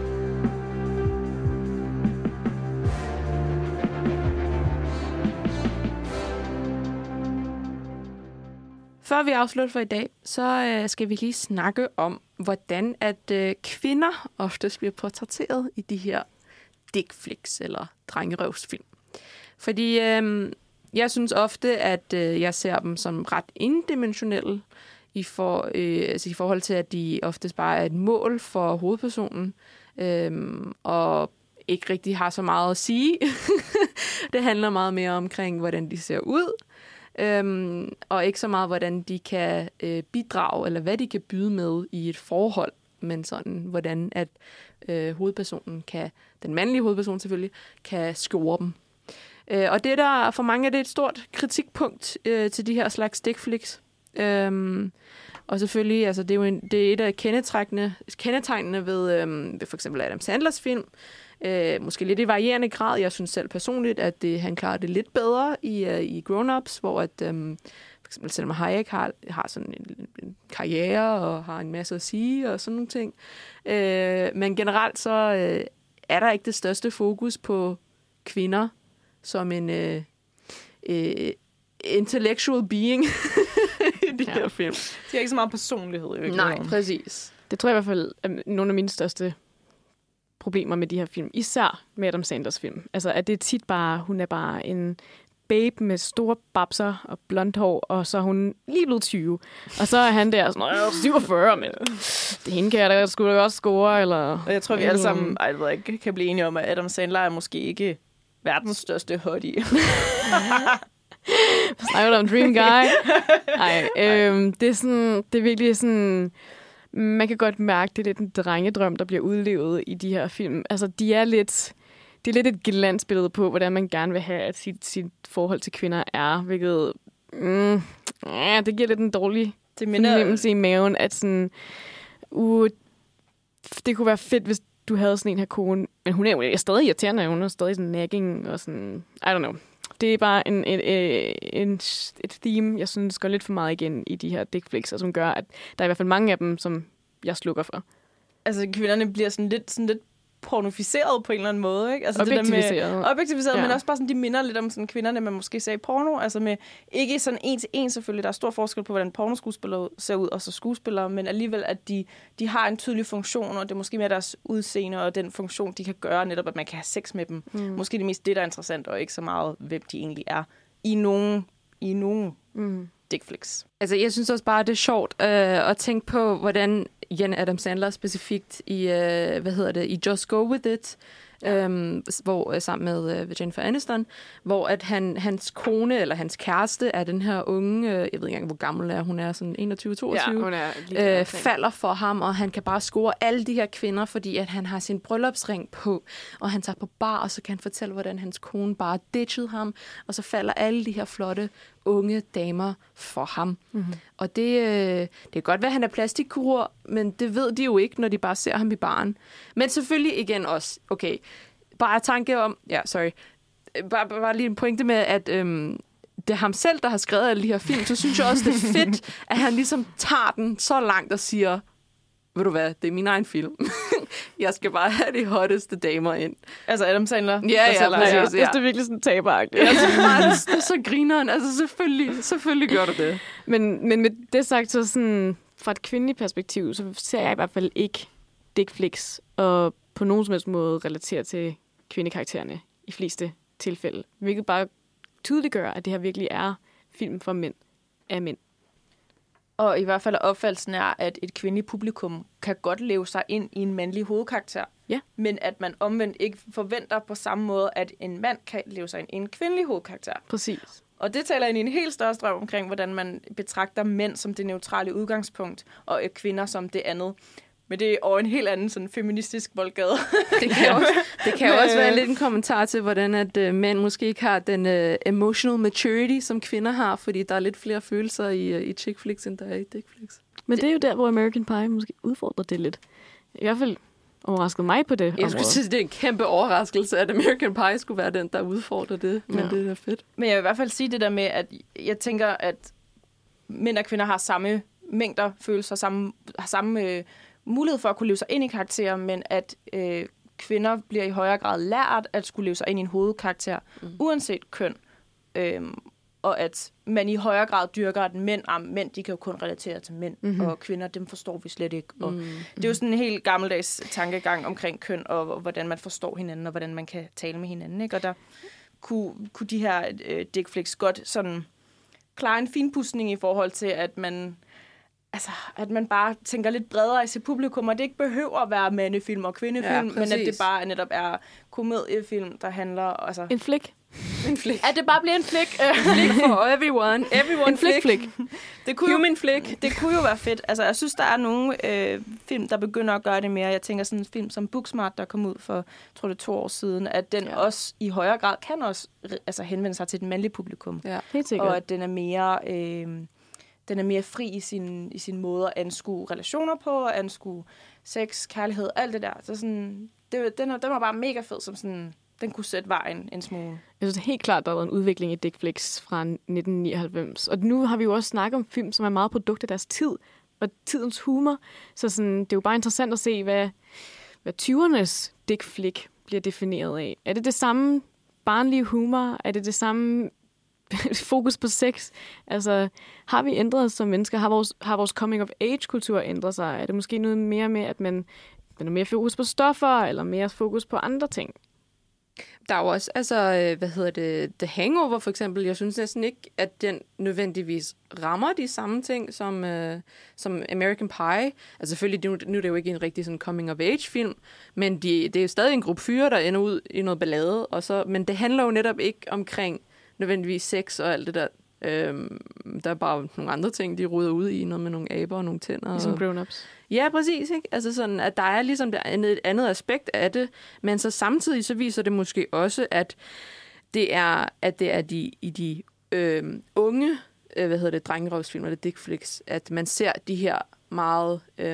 Før vi afslutter for i dag, så øh, skal vi lige snakke om, hvordan at øh, kvinder oftest bliver portrætteret i de her dick flicks eller drengerøvsfilm. Fordi øh, jeg synes ofte, at øh, jeg ser dem som ret indimensionelle i, for, øh, altså i forhold til, at de oftest bare er et mål for hovedpersonen, øh, og ikke rigtig har så meget at sige. Det handler meget mere omkring, hvordan de ser ud, Øhm, og ikke så meget, hvordan de kan øh, bidrage, eller hvad de kan byde med i et forhold, men sådan, hvordan at øh, hovedpersonen kan, den mandlige hovedperson selvfølgelig, kan score dem. Øh, og det der, for mange er det et stort kritikpunkt øh, til de her slags dick flicks. Øhm, og selvfølgelig, altså det er jo en, det er et af kendetegnene, kendetegnene ved, øhm, ved for eksempel Adam Sandlers film. Øh, måske lidt i varierende grad. Jeg synes selv personligt, at det, han klarer det lidt bedre i, uh, i Grown Ups, hvor at, um, for eksempel Selma Hayek har, har sådan en, en karriere og har en masse at sige og sådan nogle ting. Øh, men generelt så øh, er der ikke det største fokus på kvinder som en øh, øh, intellectual being i de ja. her film. De har ikke så meget personlighed i Nej, præcis. Det tror jeg i hvert fald er nogle af mine største problemer med de her film, især med Adam Sanders film. Altså, at det er tit bare, hun er bare en babe med store babser og blondt hår, og så er hun lige blevet tyve. Og så er han der sådan, syvogfyrre, men det hende kan jeg da skulle da også score, eller... Og jeg tror, vi alle sammen ej, jeg ved ikke, kan blive enige om, at Adam Sandler er måske ikke verdens største hottie. Snakker du om Dream Guy? Ej, øhm, det er sådan, det er virkelig sådan... Man kan godt mærke, det er lidt en drengedrøm, der bliver udlevet i de her film. Altså, de er lidt, det er lidt et glansbillede på, hvordan man gerne vil have, at sit, sit forhold til kvinder er, hvilket mm, ja, det giver lidt en dårlig fornemmelse i maven, at sådan, uh, det kunne være fedt, hvis du havde sådan en her kone, men hun er jo stadig irriterende, hun er stadig sådan nagging og sådan, I don't know. Det er bare en, en, en, et theme, jeg synes går lidt for meget igen i de her dick flicks, som gør, at der er i hvert fald mange af dem, som jeg slukker for. Altså, kvinderne bliver sådan lidt, sådan lidt pornoficeret på en eller anden måde, ikke? Altså, objektiviseret. Det der med, objektiviseret, ja. Men også bare sådan, de minder lidt om sådan kvinderne, man måske ser i porno. Altså med, ikke sådan en til en selvfølgelig, der er stor forskel på, hvordan pornoskuespillere ser ud, og så skuespillere, men alligevel, at de, de har en tydelig funktion, og det er måske mere deres udseende, og den funktion, de kan gøre, netop at man kan have sex med dem. Mm. Måske det mest det, der er interessant, og ikke så meget, hvem de egentlig er. I nogen, i nogen mm. dick flicks. Altså, jeg synes også bare, det er sjovt øh, at tænke på, hvordan Jan Adam Sandler specifikt i, øh, hvad hedder det, i Just Go With It, ja. øhm, hvor, øh, sammen med øh, Jennifer Aniston, hvor at han, hans kone, eller hans kæreste, er den her unge, øh, jeg ved ikke engang, hvor gammel er, hun er sådan enogtyve toogtyve, ja, hun er øh, falder for ham, og han kan bare score alle de her kvinder, fordi at han har sin bryllupsring på, og han tager på bar, og så kan han fortælle, hvordan hans kone bare ditchede ham, og så falder alle de her flotte unge damer for ham. Mm-hmm. Og det, øh, det kan godt være, at han er plastikkirurg, men det ved de jo ikke, når de bare ser ham i baren. Men selvfølgelig igen også, okay, bare tanke om, ja, sorry, bare, bare lige en pointe med, at øhm, det er ham selv, der har skrevet alle de her film, så synes jeg også, det er fedt, at han ligesom tager den så langt og siger, ved du hvad, det er min egen film. Jeg skal bare have de hotteste damer ind. Altså Adam Sandler? Ja, ja, præcis. Ja. Jeg synes, det er virkelig sådan taberagtigt. Jeg synes bare, det er så grineren. Altså selvfølgelig, selvfølgelig gør du det. Men, men med det sagt, så sådan, fra et kvindeligt perspektiv, så ser jeg i hvert fald ikke dick flicks og på nogen som helst måde relaterer til kvindekaraktererne i fleste tilfælde. Hvilket bare tydeligt gør, at det her virkelig er film for mænd af mænd. Og i hvert fald opfattelsen er, at et kvindeligt publikum kan godt leve sig ind i en mandlig hovedkarakter. Ja. Men at man omvendt ikke forventer på samme måde, at en mand kan leve sig ind i en kvindelig hovedkarakter. Præcis. Og det taler ind i en helt større strøm omkring, hvordan man betragter mænd som det neutrale udgangspunkt, og øh, kvinder som det andet. Men det er over en helt anden sådan feministisk boldgade. Det kan også, det kan også være lidt en kommentar til, hvordan at uh, mænd måske ikke har den uh, emotional maturity, som kvinder har, fordi der er lidt flere følelser i, uh, i chick flicks, end der er i dick flicks. Men det er jo der, hvor American Pie måske udfordrer det lidt. I hvert fald overraskede mig på det. Jeg skulle sige, det er en kæmpe overraskelse, at American Pie skulle være den, der udfordrer det. Men ja. Det er fedt. Men jeg vil i hvert fald sige det der med, at jeg tænker, at mænd og kvinder har samme mængder følelser, samme, har samme øh, mulighed for at kunne leve sig ind i karakterer, men at øh, kvinder bliver i højere grad lært at skulle leve sig ind i en hovedkarakter, mm. uanset køn. Øhm, og at man i højere grad dyrker, at mænd, ah, mænd de kan jo kun relatere til mænd, mm-hmm. og kvinder, dem forstår vi slet ikke. Og mm-hmm. det er jo sådan en helt gammeldags tankegang omkring køn, og, og hvordan man forstår hinanden, og hvordan man kan tale med hinanden. Ikke? Og der kunne, kunne de her øh, dick flicks godt sådan klare en finpudsning i forhold til, at man, altså, at man bare tænker lidt bredere i sit publikum, og det ikke behøver at være mandefilm og kvindefilm, ja, men at det bare netop er komediefilm, der handler... Altså, en flik. En flik. At det bare bliver en flik. En flik for everyone. Everyone en flik. flik. Det kunne Human jo, flik. Det kunne jo være fedt. Altså, jeg synes, der er nogle øh, film, der begynder at gøre det mere. Jeg tænker sådan en film som Booksmart, der kom ud for, jeg tror det er to år siden, at den ja. også i højere grad kan også altså, henvende sig til den mandlige publikum. Ja, helt sikkert. Og at den er mere... Øh, den er mere fri i sin, i sin måde at anskue relationer på, at anskue sex, kærlighed, alt det der. Så sådan, det, den, den var bare mega fed, som sådan... Den kunne sætte vejen en smule. Jeg synes helt klart, der har været en udvikling i dick flicks fra nitten nioghalvfems. Og nu har vi jo også snakket om film, som er meget produkt af deres tid og tidens humor. Så sådan, det er jo bare interessant at se, hvad, hvad tyvernes dick flick bliver defineret af. Er det det samme barnlige humor? Er det det samme fokus på sex? Altså, har vi ændret os som mennesker? Har vores, har vores coming-of-age-kultur ændret sig? Er det måske noget mere med, at man, man er mere fokus på stoffer, eller mere fokus på andre ting? Der er jo også, altså, hvad hedder det, The Hangover for eksempel. Jeg synes næsten ikke, at den nødvendigvis rammer de samme ting som, øh, som American Pie. Altså selvfølgelig, nu, nu er det jo ikke en rigtig sådan coming-of-age-film, men de, det er jo stadig en gruppe fyre, der ender ud i noget ballade. Og så, men det handler jo netop ikke omkring nødvendigvis sex og alt det der. Øhm, der er bare nogle andre ting, de ruder ud i, noget med nogle aber og nogle tænder. Ligesom grown-ups. Ja, præcis. Ikke? Altså sådan, at der er ligesom et andet aspekt af det, men så samtidig så viser det måske også, at det er, at det er de, i de øh, unge, øh, hvad hedder det, drengerøvsfilm eller dick flicks, at man ser de her meget øh,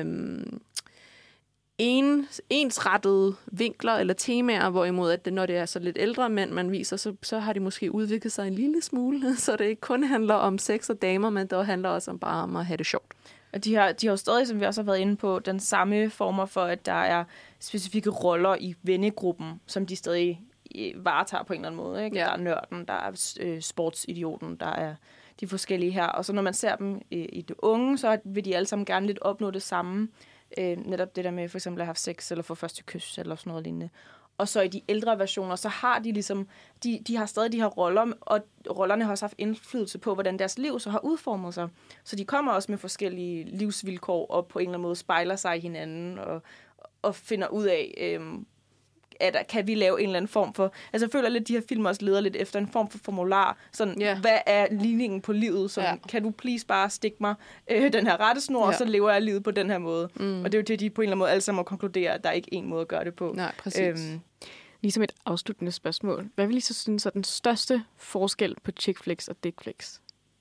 ens, ensrettede vinkler eller temaer, hvorimod at det, når det er så lidt ældre mænd, man viser, så, så har de måske udviklet sig en lille smule, så det ikke kun handler om sex og damer, men det handler også om bare om at have det sjovt. Og de har, de har jo stadig, som vi også har været inde på, den samme former for, at der er specifikke roller i vennegruppen, som de stadig varetager på en eller anden måde. Ikke? Ja. Der er nørden, der er øh, sportsidioten, der er de forskellige her. Og så når man ser dem i, i det unge, så vil de alle sammen gerne lidt opnå det samme. Øh, netop det der med for eksempel at have sex, eller få første kys, eller sådan noget lignende. Og så i de ældre versioner, så har de ligesom, de, de har stadig de her roller, og rollerne har også haft indflydelse på, hvordan deres liv så har udformet sig. Så de kommer også med forskellige livsvilkår, og på en eller anden måde spejler sig i hinanden, og, og finder ud af, øhm, at kan vi lave en eller anden form for... Altså jeg føler lidt, at de her film også leder lidt efter en form for formular. Sådan, yeah. Hvad er ligningen på livet? Sådan, yeah. Kan du please bare stikke mig øh, den her rettesnor, yeah. og så lever jeg livet på den her måde. Mm. Og det er jo det, de på en eller anden måde alle sammen må konkludere, at der er ikke en måde at gøre det på. Nej, præcis. Øhm, Ligesom et afsluttende spørgsmål. Hvad vil I så synes er den største forskel på chick flicks og dick flicks?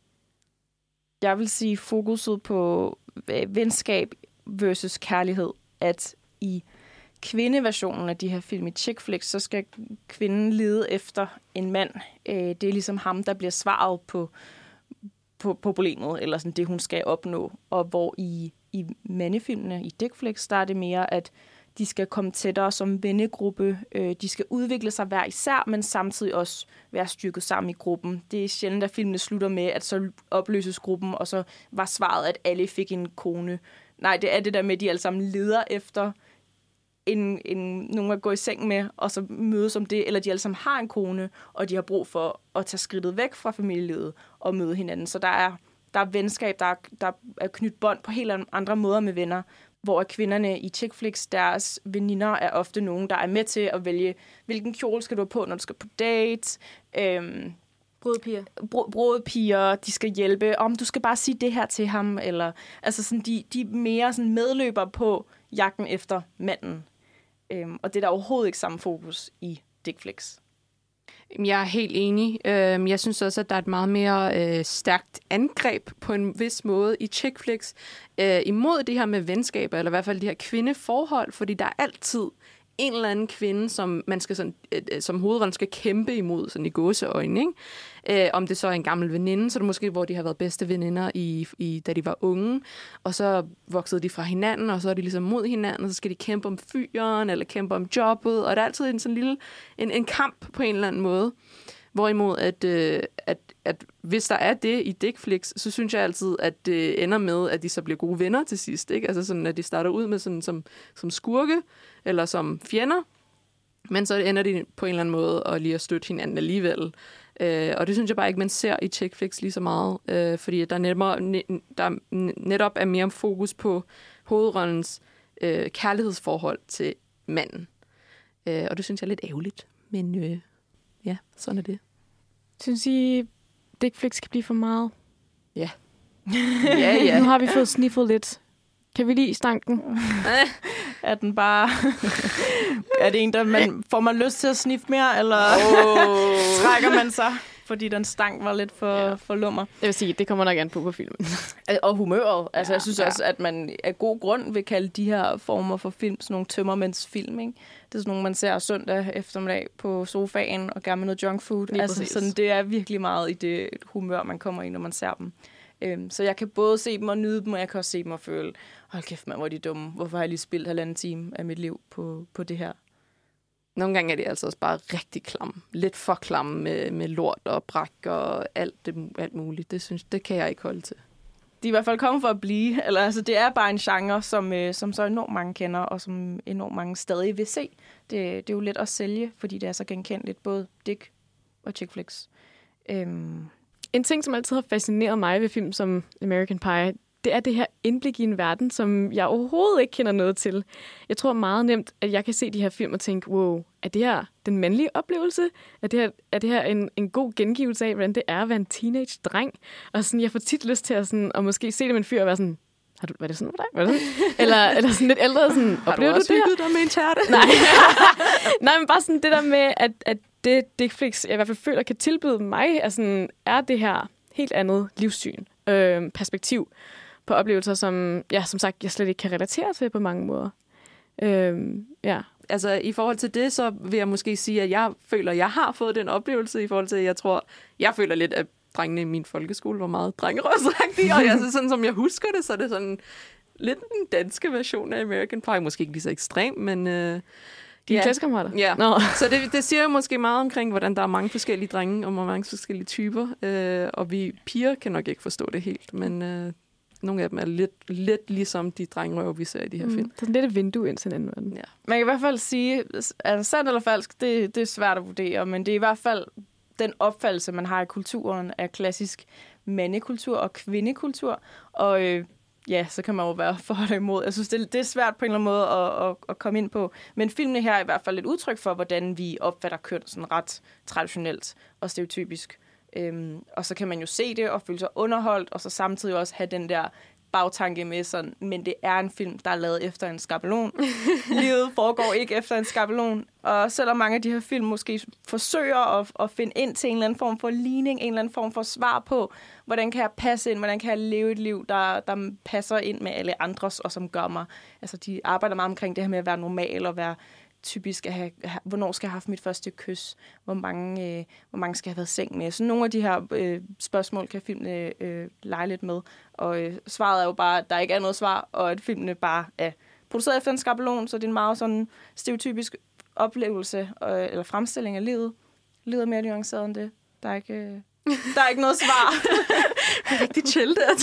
Jeg vil sige fokuset på venskab versus kærlighed. At i kvindeversionen af de her film i chick flicks, så skal kvinden lede efter en mand. Det er ligesom ham, der bliver svaret på, på, på problemet, eller sådan det, hun skal opnå. Og hvor i, i mandefilmene, i dick flicks, der er det mere, at de skal komme tættere som vennegruppe. De skal udvikle sig hver især, men samtidig også være styrket sammen i gruppen. Det er sjældent, at filmene slutter med, at så opløses gruppen, og så var svaret, at alle fik en kone. Nej, det er det der med, at de alle sammen leder efter en, en, nogen at gå i seng med, og så mødes om det, eller de alle sammen har en kone, og de har brug for at tage skridtet væk fra familielivet og møde hinanden. Så der er, der er venskab, der er, der er knyttet bånd på helt andre måder med venner, hvor kvinderne i chick flicks, deres veninder er ofte nogen, der er med til at vælge, hvilken kjole skal du have på, når du skal på date. Øhm, Brudpiger. Br- brudpiger, de skal hjælpe. Om du skal bare sige det her til ham. Eller, altså sådan, de, de er mere sådan medløber på jagten efter manden. Øhm, og det er der overhovedet ikke samme fokus i Dickflicks. Jeg er helt enig. Jeg synes også, at der er et meget mere øh, stærkt angreb på en vis måde i chick flicks øh, imod det her med venskaber, eller i hvert fald de her kvindeforhold, fordi der er altid en eller anden kvinde, som man skal sådan, øh, som hovedrollen skal kæmpe imod, sådan i gåseøjne, ikke? Øh, om det så er en gammel veninde, så er det måske, hvor de har været bedste veninder, i, i, da de var unge, og så voksede de fra hinanden, og så er de ligesom mod hinanden, og så skal de kæmpe om fyren, eller kæmpe om jobbet, og der er altid en sådan lille en, en kamp på en eller anden måde. Hvorimod, at, øh, at, at hvis der er det i Dickflicks, så synes jeg altid, at det ender med, at de så bliver gode venner til sidst, ikke? Altså sådan, at de starter ud med sådan, som, som skurke, eller som fjender, men så ender de på en eller anden måde at lige at støtte hinanden alligevel. Øh, og det synes jeg bare ikke, man ser i chick flicks lige så meget, øh, fordi der netop, der netop er mere fokus på hovedrollens øh, kærlighedsforhold til manden. Øh, og det synes jeg er lidt ærgerligt, men øh, ja, sådan er det. Synes I, Dickflicks kan blive for meget? Ja. ja, ja. Nu har vi fået sniffet lidt. Kan vi lide stanken? Er den bare... er det en, der man... Får man lyst til at sniffe mere, eller oh. trækker man sig? Fordi den stank var lidt for, ja. for lummer. Jeg vil sige, det kommer nok an på på filmen. Og humøret. Altså, ja, jeg synes ja. også, at man af god grund vil kalde de her former for film sådan nogle tømmermændsfilm, ikke? Det er sådan nogle, man ser søndag eftermiddag på sofaen og gerne med noget junk food. Lige altså, sådan, det er virkelig meget i det humør, man kommer i, når man ser dem. Øhm, så jeg kan både se dem og nyde dem, og jeg kan også se dem og føle, hold kæft, man, hvor er de dumme. Hvorfor har jeg lige spildt halvanden time af mit liv på, på det her? Nogle gange er det altså også bare rigtig klamme. Lidt for klamme med, med lort og bræk og alt, det, alt muligt. Det, synes, det kan jeg ikke holde til. De er i hvert fald kommet for at blive. Eller, altså, det er bare en genre, som, øh, som så enormt mange kender, og som enormt mange stadig vil se. Det, det er jo let at sælge, fordi det er så genkendeligt, både Dick og chick flicks. Øhm. En ting, som altid har fascineret mig ved film som American Pie, det er det her indblik i en verden, som jeg overhovedet ikke kender noget til. Jeg tror meget nemt, at jeg kan se de her film og tænke, wow, er det her den mandlige oplevelse? Er det her, er det her en, en god gengivelse af, hvordan det er at være en teenage-dreng? Og sådan, jeg får tit lyst til at, sådan, at måske se det med en fyr og være sådan, har du, var det sådan for dig? Var det sådan? Eller, eller sådan lidt ældre, sådan, har du også hygget dig med en tærte? Nej. Nej, men bare sådan det der med, at, at det Dickflicks, jeg i hvert fald føler, kan tilbyde mig, er, sådan, er det her helt andet livssyn, øh, perspektiv på oplevelser, som, ja, som sagt, jeg slet ikke kan relatere til på mange måder. Øhm, ja. Altså, i forhold til det, så vil jeg måske sige, at jeg føler, at jeg har fået den oplevelse, i forhold til, at jeg tror, jeg føler lidt, at drengene i min folkeskole var meget drengerøvsagtige, og jeg, så sådan som jeg husker det, så er det sådan lidt den danske version af American Pie. Måske ikke lige så ekstrem, men... Øh, Dine ja. klassekammerater? Ja, no. Så det, det siger jo måske meget omkring, hvordan der er mange forskellige drenge, og mange forskellige typer, øh, og vi piger kan nok ikke forstå det helt, men... Øh, nogle af dem er lidt, lidt ligesom de drengerøver, vi ser i de her film. Mm, det er lidt et vindue ind til den anden verden. Ja. Man kan i hvert fald sige, altså sandt eller falsk, det, det er svært at vurdere, men det er i hvert fald den opfattelse, man har i kulturen af klassisk mandekultur og kvindekultur. Og øh, ja, så kan man jo være for eller imod. Jeg synes, det, det er svært på en eller anden måde at, at, at komme ind på. Men filmene her er i hvert fald et udtryk for, hvordan vi opfatter køn sådan ret traditionelt og stereotypisk. Øhm, og så kan man jo se det og føle sig underholdt, og så samtidig også have den der bagtanke med sådan, men det er en film, der er lavet efter en skabelon. Livet foregår ikke efter en skabelon. Og selvom mange af de her film måske forsøger at, at finde ind til en eller anden form for ligning, en eller anden form for svar på, hvordan kan jeg passe ind, hvordan kan jeg leve et liv, der, der passer ind med alle andres, og som gør mig. Altså, de arbejder meget omkring det her med at være normal og være typisk at have, hvornår skal jeg have haft mit første kys, hvor mange, øh, hvor mange skal jeg have været i seng med. Så nogle af de her øh, spørgsmål kan filmene øh, lege lidt med. Og øh, svaret er jo bare, at der ikke er noget svar, og at filmene bare er produceret efter en skabelon, så det er en meget sådan stereotypisk oplevelse øh, eller fremstilling af livet. Livet er mere nuanceret end det. Der er ikke, øh, der er ikke noget svar. Rigtig chill der.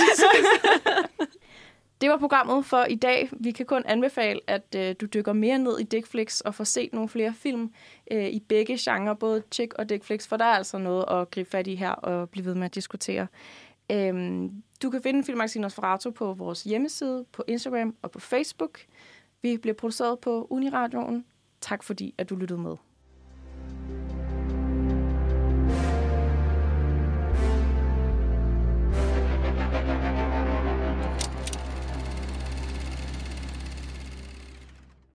Det var programmet for i dag. Vi kan kun anbefale, at øh, du dykker mere ned i Dickflicks og får set nogle flere film øh, i begge genrer, både chick og Dickflicks, for der er altså noget at gribe fat i her og blive ved med at diskutere. Øhm, du kan finde Filmmagasinet Nosferatu på vores hjemmeside, på Instagram og på Facebook. Vi bliver produceret på Uniradioen. Tak fordi, at du lyttede med.